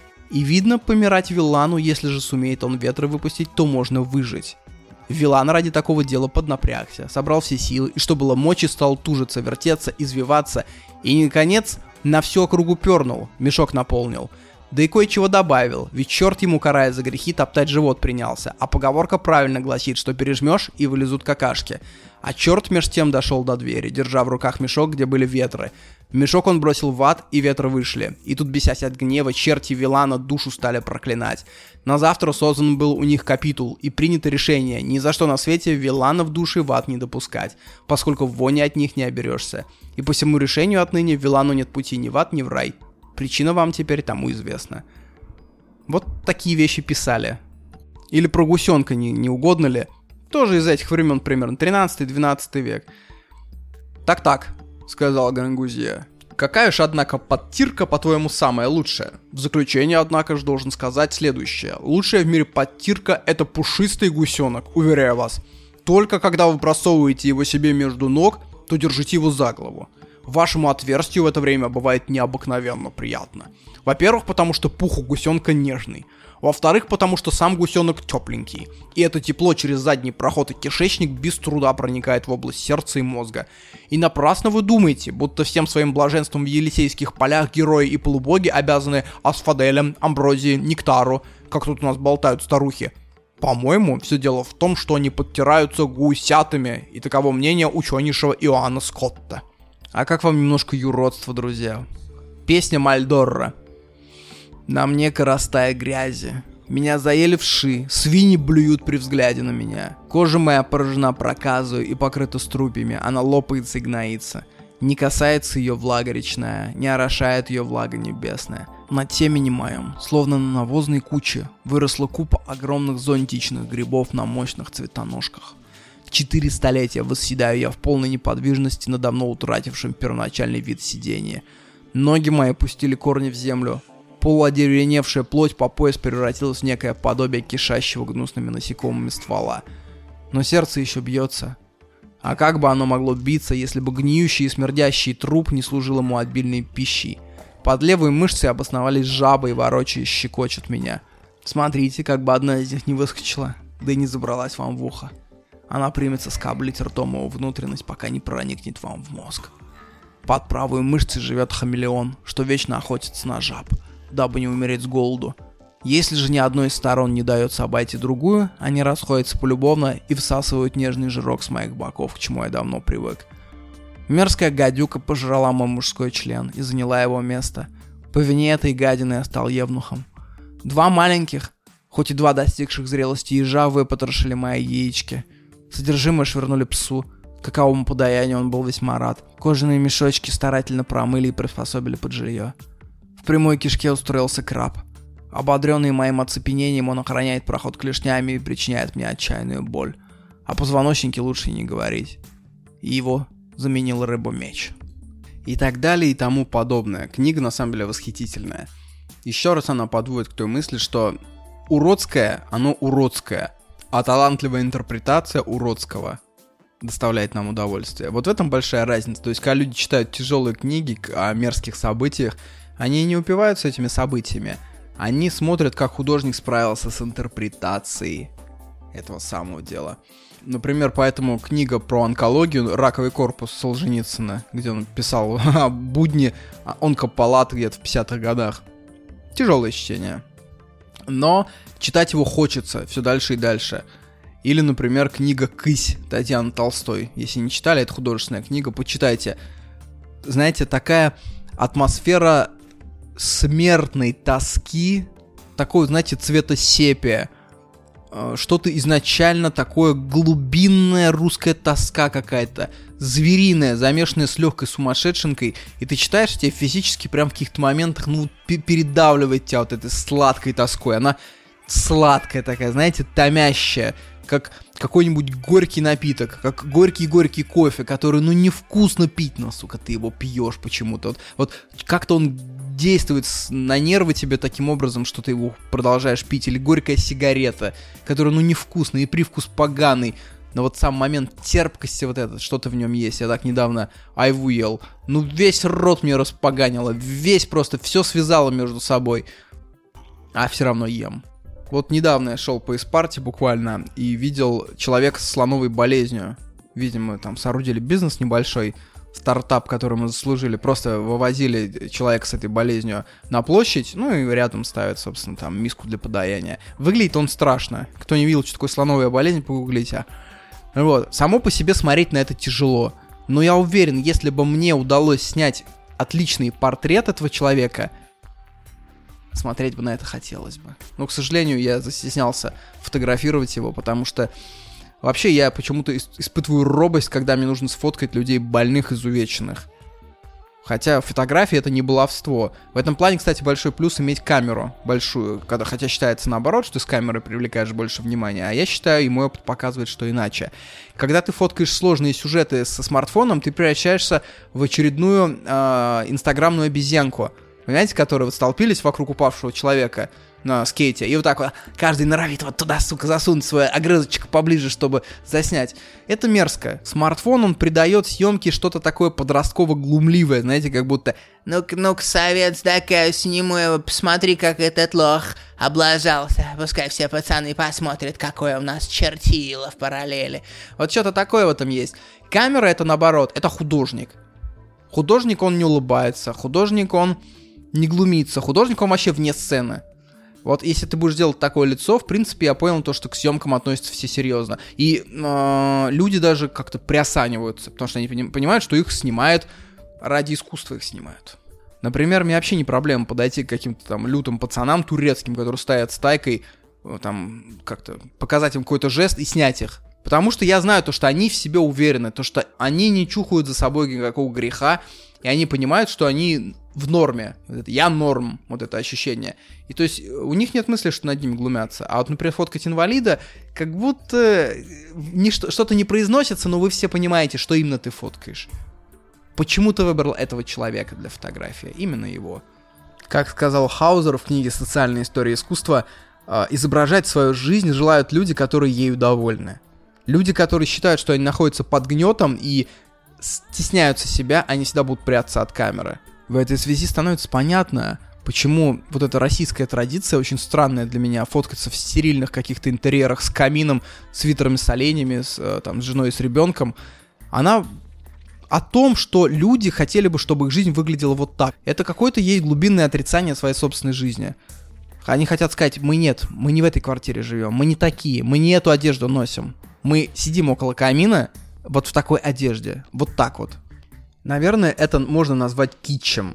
И видно, помирать виллану, если же сумеет он ветры выпустить, то можно выжить. Виллан ради такого дела поднапрягся, собрал все силы, и что было мочи, стал тужиться, вертеться, извиваться, и, наконец, на всю округу пернул, мешок наполнил. Да и кое-чего добавил, ведь черт ему, карая за грехи, топтать живот принялся, а поговорка правильно гласит, что пережмешь и вылезут какашки. А черт меж тем дошел до двери, держа в руках мешок, где были ветры. Мешок он бросил в ад, и ветры вышли. И тут, бесясь от гнева, черти виллана душу стали проклинать. На завтра создан был у них капитул, и принято решение ни за что на свете вилланов души в ад не допускать, поскольку вони от них не оберешься. И по всему решению отныне виллану нет пути ни в ад, ни в рай. Причина вам теперь тому известна. Вот такие вещи писали. Или про гусенка не, не угодно ли? Тоже из этих времен примерно, тринадцатый-двенадцатый век. «Так-так», — сказал Грангузия. «Какая же, однако, подтирка, по-твоему, самая лучшая? В заключение, однако же, должен сказать следующее. Лучшая в мире подтирка — это пушистый гусенок, уверяю вас. Только когда вы бросовываете его себе между ног, то держите его за голову. Вашему отверстию в это время бывает необыкновенно приятно. Во-первых, потому что пух у гусенка нежный. Во-вторых, потому что сам гусенок тепленький. И это тепло через задний проход и кишечник без труда проникает в область сердца и мозга. И напрасно вы думаете, будто всем своим блаженством в Елисейских полях герои и полубоги обязаны асфаделям, амброзии, нектару, как тут у нас болтают старухи. По-моему, все дело в том, что они подтираются гусятами, и таково мнение ученейшего Иоанна Скотта. А как вам немножко юродства, друзья? Песня Мальдорра. На мне коростая грязи. Меня заели вши, свиньи блюют при взгляде на меня. Кожа моя поражена проказою и покрыта струпьями, она лопается и гноится. Не касается ее влага речная, не орошает ее влага небесная. На темени моем, словно на навозной куче, выросла купа огромных зонтичных грибов на мощных цветоножках. Четыре столетия восседаю я в полной неподвижности на давно утратившем первоначальный вид сидения. Ноги мои пустили корни в землю. Полуодеревеневшая плоть по пояс превратилась в некое подобие кишащего гнусными насекомыми ствола. Но сердце еще бьется. А как бы оно могло биться, если бы гниющий и смердящий труп не служил ему обильной пищей? Под левой мышцей обосновались жабы и ворочаясь щекочут меня. Смотрите, как бы одна из них не выскочила, да и не забралась вам в ухо. Она примется скоблить ртом его внутренность, пока не проникнет вам в мозг. Под правой мышцей живет хамелеон, что вечно охотится на жаб, дабы не умереть с голоду. Если же ни одной из сторон не дается обойти другую, они расходятся полюбовно и всасывают нежный жирок с моих боков, к чему я давно привык. Мерзкая гадюка пожрала мой мужской член и заняла его место. По вине этой гадины я стал евнухом. Два маленьких, хоть и два достигших зрелости ежа, выпотрошили мои яички. Содержимое швырнули псу. К каковому подаянию он был весьма рад. Кожаные мешочки старательно промыли и приспособили под жилье. В прямой кишке устроился краб. Ободренный моим оцепенением, он охраняет проход клешнями и причиняет мне отчаянную боль. О позвоночнике лучше не говорить. И его заменил рыбу-меч. И так далее и тому подобное. Книга на самом деле восхитительная. Еще раз она подводит к той мысли, что уродское, оно уродское, а талантливая интерпретация уродского доставляет нам удовольствие. Вот в этом большая разница. То есть, когда люди читают тяжелые книги о мерзких событиях, они не упиваются этими событиями. Они смотрят, как художник справился с интерпретацией этого самого дела. Например, поэтому книга про онкологию «Раковый корпус» Солженицына, где он писал о будни онкопалаты где-то в пятидесятых годах. Тяжелое чтение. Но читать его хочется все дальше и дальше. Или, например, книга «Кысь» Татьяны Толстой. Если не читали, это художественная книга, почитайте. Знаете, такая атмосфера смертной тоски, такой, знаете, цвета сепия. Что-то изначально такое глубинная русская тоска какая-то, звериная, замешанная с легкой сумасшедшенкой, и ты читаешь, тебе физически прям в каких-то моментах, ну, передавливает тебя вот этой сладкой тоской. Она сладкая такая, знаете, томящая, как какой-нибудь горький напиток, как горький-горький кофе, который, ну, невкусно пить, но, сука, ты его пьешь почему-то. Вот, вот как-то он действует на нервы тебе таким образом, что ты его продолжаешь пить. Или горькая сигарета, которая, ну, невкусная, и привкус поганый. Но вот сам момент терпкости вот этот, что-то в нем есть. Я так недавно айву ел. Ну, весь рот мне распоганило. Весь просто, все связало между собой. А все равно ем. Вот недавно я шел по Испарте буквально и видел человека с слоновой болезнью. Видимо, там соорудили бизнес небольшой, стартап, который мы заслужили. Просто вывозили человека с этой болезнью на площадь, ну и рядом ставят, собственно, там миску для подаяния. Выглядит он страшно. Кто не видел, что такое слоновая болезнь, погуглите. Вот. Само по себе смотреть на это тяжело. Но я уверен, если бы мне удалось снять отличный портрет этого человека, смотреть бы на это хотелось бы. Но, к сожалению, я застеснялся фотографировать его, потому что вообще я почему-то испытываю робость, когда мне нужно сфоткать людей больных, изувеченных. Хотя фотография — это не баловство. В этом плане, кстати, большой плюс иметь камеру большую, когда, хотя считается наоборот, что с камерой привлекаешь больше внимания, а я считаю, и мой опыт показывает, что иначе. Когда ты фоткаешь сложные сюжеты со смартфоном, ты превращаешься в очередную э, инстаграмную обезьянку, понимаете, которые вот столпились вокруг упавшего человека на скейте, и вот так вот каждый норовит вот туда, сука, засунуть свой огрызочек поближе, чтобы заснять. Это мерзко. Смартфон, он придает съемке что-то такое подростково-глумливое, знаете, как будто «Ну-ка, ну-ка, совет, дай-ка сниму его, посмотри, как этот лох облажался, пускай все пацаны посмотрят, какое у нас чертило в параллели». Вот что-то такое в этом есть. Камера — это наоборот, это художник. Художник, он не улыбается, художник, он не глумится, художник, он вообще вне сцены. Вот если ты будешь делать такое лицо, в принципе, я понял то, что к съемкам относятся все серьезно. И э, люди даже как-то приосаниваются, потому что они понимают, что их снимают ради искусства, их снимают. Например, мне вообще не проблема подойти к каким-то там лютым пацанам турецким, которые стоят стайкой, там как-то показать им какой-то жест и снять их. Потому что я знаю то, что они в себе уверены, то, что они не чухают за собой никакого греха, и они понимают, что они в норме. Вот это «я норм», вот это ощущение. И то есть у них нет мысли, что над ним глумятся. А вот, например, фоткать инвалида, как будто не, что-то не произносится, но вы все понимаете, что именно ты фоткаешь. Почему ты выбрал этого человека для фотографии? Именно его. Как сказал Хаузер в книге «Социальная история искусства», изображать свою жизнь желают люди, которые ею довольны. Люди, которые считают, что они находятся под гнетом и стесняются себя, они всегда будут прятаться от камеры. В этой связи становится понятно, почему вот эта российская традиция, очень странная для меня, фоткаться в стерильных каких-то интерьерах с камином, свитерами с оленями, с, там, с женой и с ребенком, она о том, что люди хотели бы, чтобы их жизнь выглядела вот так. Это какое-то есть глубинное отрицание своей собственной жизни. Они хотят сказать: мы нет, мы не в этой квартире живем, мы не такие, мы не эту одежду носим. Мы сидим около камина вот в такой одежде, вот так вот. Наверное, это можно назвать китчем.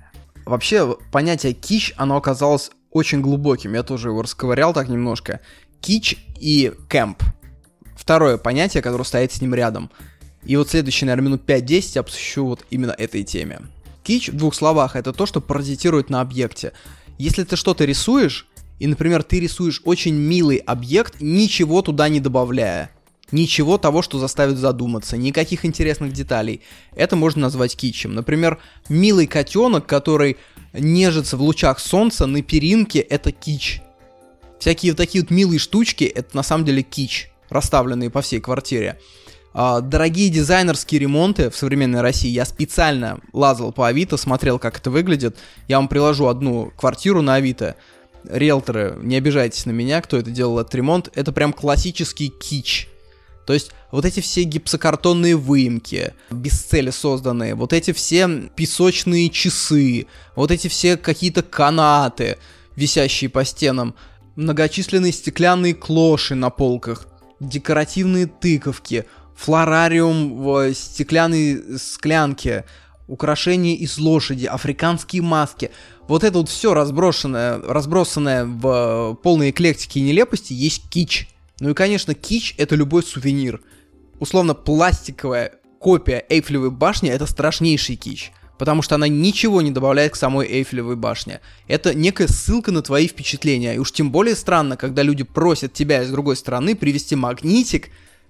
Вообще, понятие кич, оно оказалось очень глубоким, я тоже его расковырял так немножко. Кич и кэмп. Второе понятие, которое стоит с ним рядом. И вот следующие, наверное, минут пять-десять я посвящу вот именно этой теме. Кич, в двух словах, это то, что паразитирует на объекте. Если ты что-то рисуешь, и, например, ты рисуешь очень милый объект, ничего туда не добавляя, ничего того, что заставит задуматься, никаких интересных деталей, это можно назвать китчем. Например, милый котенок, который нежится в лучах солнца на перинке, это кич. Всякие вот такие вот милые штучки, это на самом деле кич, расставленные по всей квартире. Дорогие дизайнерские ремонты в современной России, я специально лазал по Авито, смотрел, как это выглядит. Я вам приложу одну квартиру на Авито. Риэлторы, не обижайтесь на меня, кто это делал, этот ремонт. Это прям классический кич. То есть вот эти все гипсокартонные выемки, без цели созданные, вот эти все песочные часы, вот эти все какие-то канаты, висящие по стенам, многочисленные стеклянные клоши на полках, декоративные тыковки, флорариум в стеклянной склянке, украшения из лошади, африканские маски. Вот это вот все разбросанное, разбросанное в полной эклектике и нелепости есть кич. Ну и, конечно, кич — это любой сувенир. Условно, пластиковая копия Эйфелевой башни — это страшнейший кич, потому что она ничего не добавляет к самой Эйфелевой башне. Это некая ссылка на твои впечатления. И уж тем более странно, когда люди просят тебя из другой стороны привезти магнитик.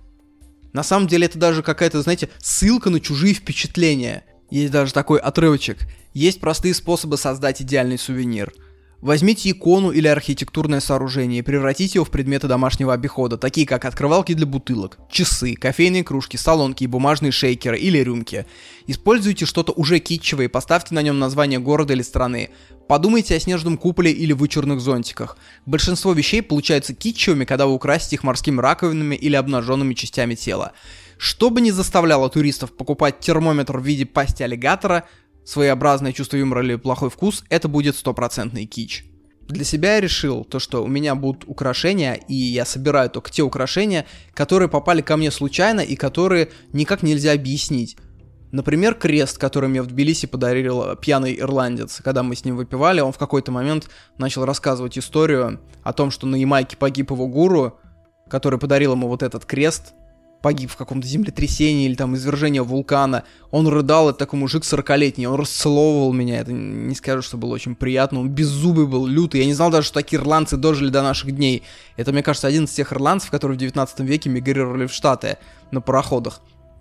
На самом деле это даже какая-то, знаете, ссылка на чужие впечатления. Есть даже такой отрывочек. Есть простые способы создать идеальный сувенир. Возьмите икону или архитектурное сооружение и превратите его в предметы домашнего обихода, такие как открывалки для бутылок, часы, кофейные кружки, солонки и бумажные шейкеры или рюмки. Используйте что-то уже китчевое и поставьте на нем название города или страны. Подумайте о снежном куполе или вычурных зонтиках. Большинство вещей получаются китчевыми, когда вы украсите их морскими раковинами или обнаженными частями тела. Что бы ни заставляло туристов покупать термометр в виде пасти аллигатора, своеобразное чувство юмора или плохой вкус, это будет стопроцентный кич. Для себя я решил, то, что у меня будут украшения, и я собираю только те украшения, которые попали ко мне случайно и которые никак нельзя объяснить. Например, крест, который мне в Тбилиси подарил пьяный ирландец. Когда мы с ним выпивали, он в какой-то момент начал рассказывать историю о том, что на Ямайке погиб его гуру, который подарил ему вот этот крест, погиб в каком-то землетрясении или там извержении вулкана. Он рыдал, это такой мужик сорокалетний, он расцеловывал меня, это не скажу, что было очень приятно, он беззубый был, лютый, я не знал даже, что такие ирландцы дожили до наших дней. Это, мне кажется, один из тех ирландцев, которые в девятнадцатом веке мигрировали в Штаты на пароходах.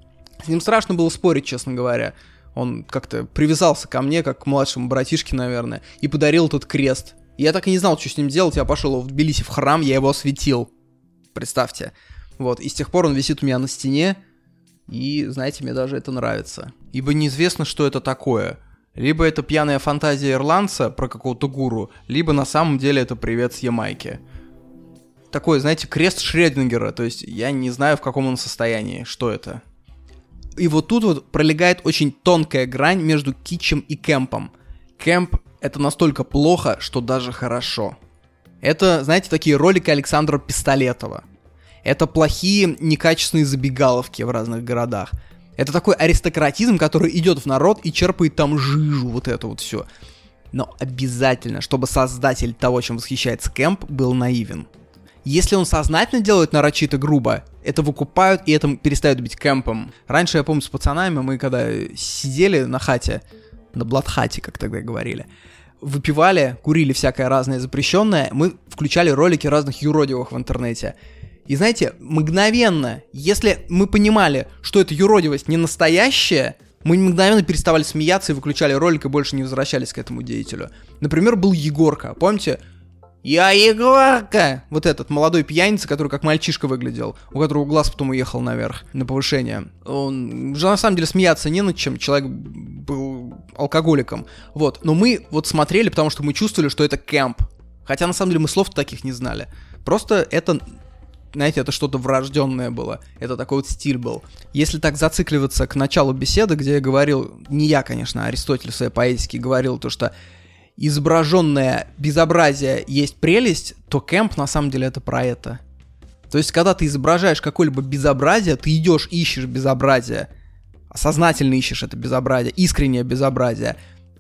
С ним страшно было спорить, честно говоря. Он как-то привязался ко мне, как к младшему братишке, наверное, и подарил этот крест. И я так и не знал, что с ним делать, я пошел в Тбилиси в храм, я его осветил. Представьте. Вот, и с тех пор он висит у меня на стене, и, знаете, мне даже это нравится. Ибо неизвестно, что это такое. Либо это пьяная фантазия ирландца про какого-то гуру, либо на самом деле это привет с Ямайки. Такой, знаете, крест Шрёдингера, то есть я не знаю, в каком он состоянии, что это. И вот тут вот пролегает очень тонкая грань между китчем и кэмпом. Кэмп — это настолько плохо, что даже хорошо. Это, знаете, такие ролики Александра Пистолетова. Это плохие, некачественные забегаловки в разных городах. Это такой аристократизм, который идет в народ и черпает там жижу, вот это вот все. Но обязательно, чтобы создатель того, чем восхищается кэмп, был наивен. Если он сознательно делает нарочито грубо, это выкупают и это перестают быть кэмпом. Раньше, я помню, с пацанами мы когда сидели на хате, на блатхате, как тогда говорили, выпивали, курили всякое разное запрещенное, мы включали ролики разных юродивых в интернете. И знаете, мгновенно, если мы понимали, что эта юродивость не настоящая, мы мгновенно переставали смеяться и выключали ролик и больше не возвращались к этому деятелю. Например, был Егорка, помните? «Я Егорка!» Вот этот молодой пьяница, который как мальчишка выглядел, у которого глаз потом уехал наверх на повышение. Он же на самом деле смеяться не над чем, человек был алкоголиком. Вот. Но мы вот смотрели, потому что мы чувствовали, что это кемп. Хотя на самом деле мы слов таких не знали. Просто это, знаете, это что-то врожденное было. Это такой вот стиль был. Если так зацикливаться к началу беседы, где я говорил, не я, конечно, а Аристотель в своей поэтике говорил то, что изображенное безобразие есть прелесть, то кемп на самом деле это про это. То есть, когда ты изображаешь какое-либо безобразие, ты идешь, ищешь безобразие, сознательно ищешь это безобразие, искреннее безобразие,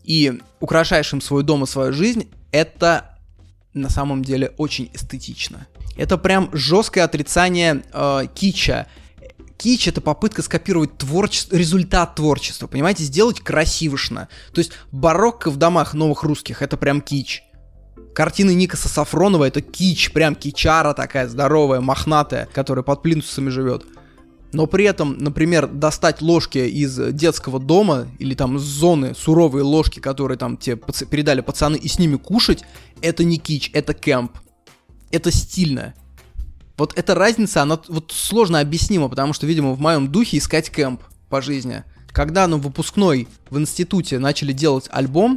и украшаешь им свой дом и свою жизнь, это на самом деле очень эстетично. Это прям жесткое отрицание э, кича. Кич — это попытка скопировать творчество, результат творчества, понимаете, сделать красивышно. То есть барокко в домах новых русских — это прям кич. Картины Никаса Сафронова — это кич, прям кичара такая здоровая, мохнатая, которая под плинтусами живет. Но при этом, например, достать ложки из детского дома или там из зоны, суровые ложки, которые там тебе пац- передали пацаны, и с ними кушать, это не кич, это кемп. Это стильно. Вот эта разница, она вот сложно объяснима, потому что, видимо, в моем духе искать кемп по жизни. Когда на выпускной в институте начали делать альбом,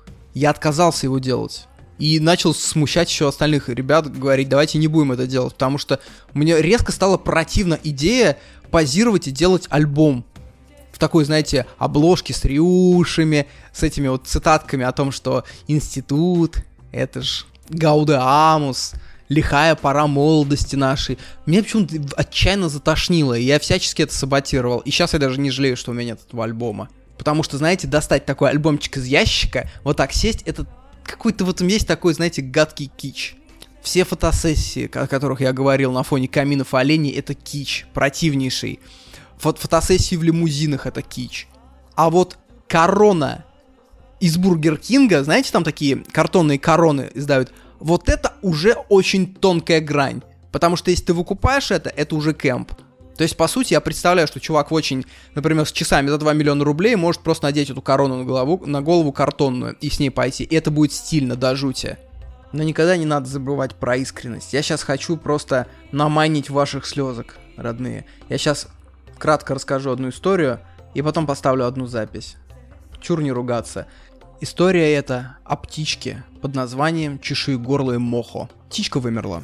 я отказался его делать. И начал смущать еще остальных ребят, говорить, давайте не будем это делать, потому что мне резко стала противна идея позировать и делать альбом в такой, знаете, обложке с рюшами, с этими вот цитатками о том, что институт, это ж гаудеамус, лихая пора молодости нашей. Меня почему-то отчаянно затошнило, и я всячески это саботировал, и сейчас я даже не жалею, что у меня нет этого альбома. Потому что, знаете, достать такой альбомчик из ящика, вот так сесть, это какой-то в этом есть такой, знаете, гадкий кич. Все фотосессии, о которых я говорил на фоне каминов и оленей, это кич, противнейший. Фо- фотосессии в лимузинах — это кич. А вот корона из Бургер Кинга, знаете, там такие картонные короны издают, вот это уже очень тонкая грань. Потому что если ты выкупаешь это, это уже кемп. То есть, по сути, я представляю, что чувак в очень, например, с часами за два миллиона рублей может просто надеть эту корону на голову, на голову картонную и с ней пойти. И это будет стильно до жути. Но никогда не надо забывать про искренность. Я сейчас хочу просто наманить ваших слезок, родные. Я сейчас кратко расскажу одну историю и потом поставлю одну запись. Чур не ругаться. История эта о птичке под названием чешуегорлое мохо. Птичка вымерла.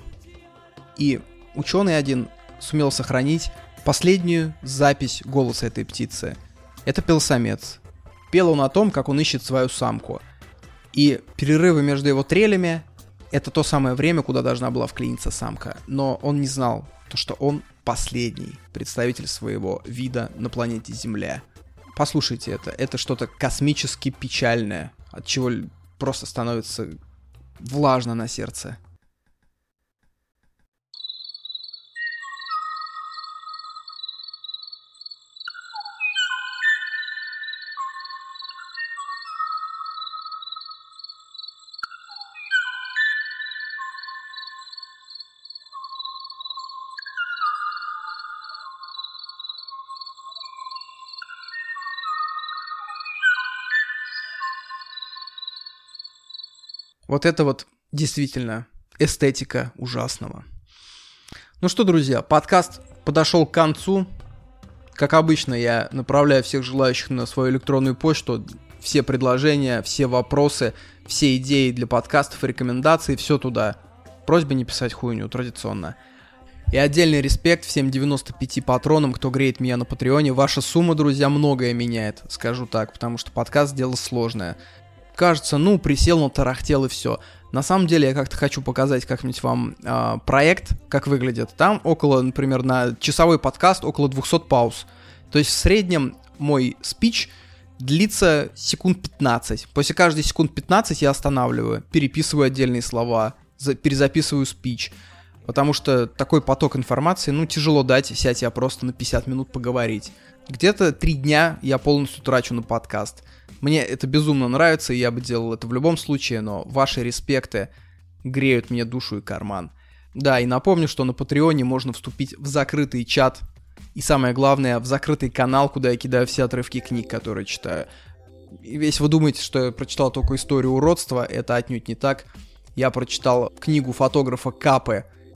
И ученый один сумел сохранить последнюю запись голоса этой птицы. Это пел самец. Пел он о том, как он ищет свою самку. И перерывы между его трелями — это то самое время, куда должна была вклиниться самка. Но он не знал, то, что он последний представитель своего вида на планете Земля. Послушайте это. Это что-то космически печальное, от чего просто становится влажно на сердце. Вот это вот действительно эстетика ужасного. Ну что, друзья, подкаст подошел к концу. Как обычно, я направляю всех желающих на свою электронную почту. Все предложения, все вопросы, все идеи для подкастов, рекомендации, все туда. Просьба не писать хуйню, традиционно. И отдельный респект всем девяноста пяти патронам, кто греет меня на Патреоне. Ваша сумма, друзья, многое меняет, скажу так, потому что подкаст — дело сложное. Кажется, ну, присел, натарахтел и все. На самом деле, я как-то хочу показать как-нибудь вам э, проект, как выглядит. Там около, например, на часовой подкаст около двести пауз. То есть в среднем мой спич длится секунд пятнадцать. После каждой секунд пятнадцать я останавливаю, переписываю отдельные слова, за, перезаписываю спич. Потому что такой поток информации, ну, тяжело дать, сядь я просто на пятьдесят минут поговорить. Где-то три дня я полностью трачу на подкаст. Мне это безумно нравится, и я бы делал это в любом случае, но ваши респекты греют мне душу и карман. Да, и напомню, что на Патреоне можно вступить в закрытый чат, и самое главное, в закрытый канал, куда я кидаю все отрывки книг, которые читаю. И если вы думаете, что я прочитал только историю уродства, это отнюдь не так. Я прочитал книгу фотографа Капы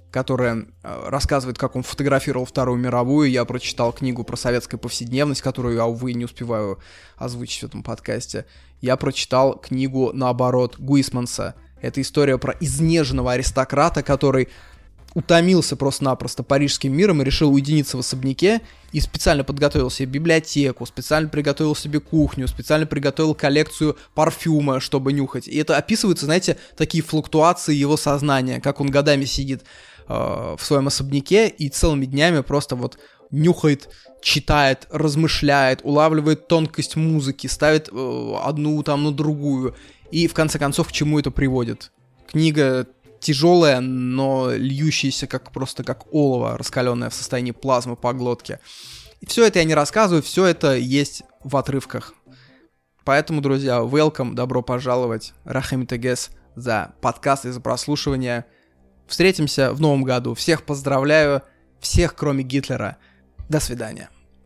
которая э, рассказывает, как он фотографировал Вторую мировую. Я прочитал книгу про советскую повседневность, которую я, увы, не успеваю озвучить в этом подкасте. Я прочитал книгу, наоборот, Гуисманса. Это история про изнеженного аристократа, который утомился просто-напросто парижским миром и решил уединиться в особняке, и специально подготовил себе библиотеку, специально приготовил себе кухню, специально приготовил коллекцию парфюма, чтобы нюхать. И это описываются, знаете, такие флуктуации его сознания, как он годами сидит э, в своем особняке и целыми днями просто вот нюхает, читает, размышляет, улавливает тонкость музыки, ставит э, одну там на другую. И в конце концов к чему это приводит? Книга тяжелая, но льющаяся как просто как олово, раскаленное в состоянии плазмы по глотке. И все это я не рассказываю, все это есть в отрывках. Поэтому, друзья, welcome, добро пожаловать, Рахим Тегес, за подкаст и за прослушивание. Встретимся в новом году. Всех поздравляю, всех, кроме Гитлера. До свидания.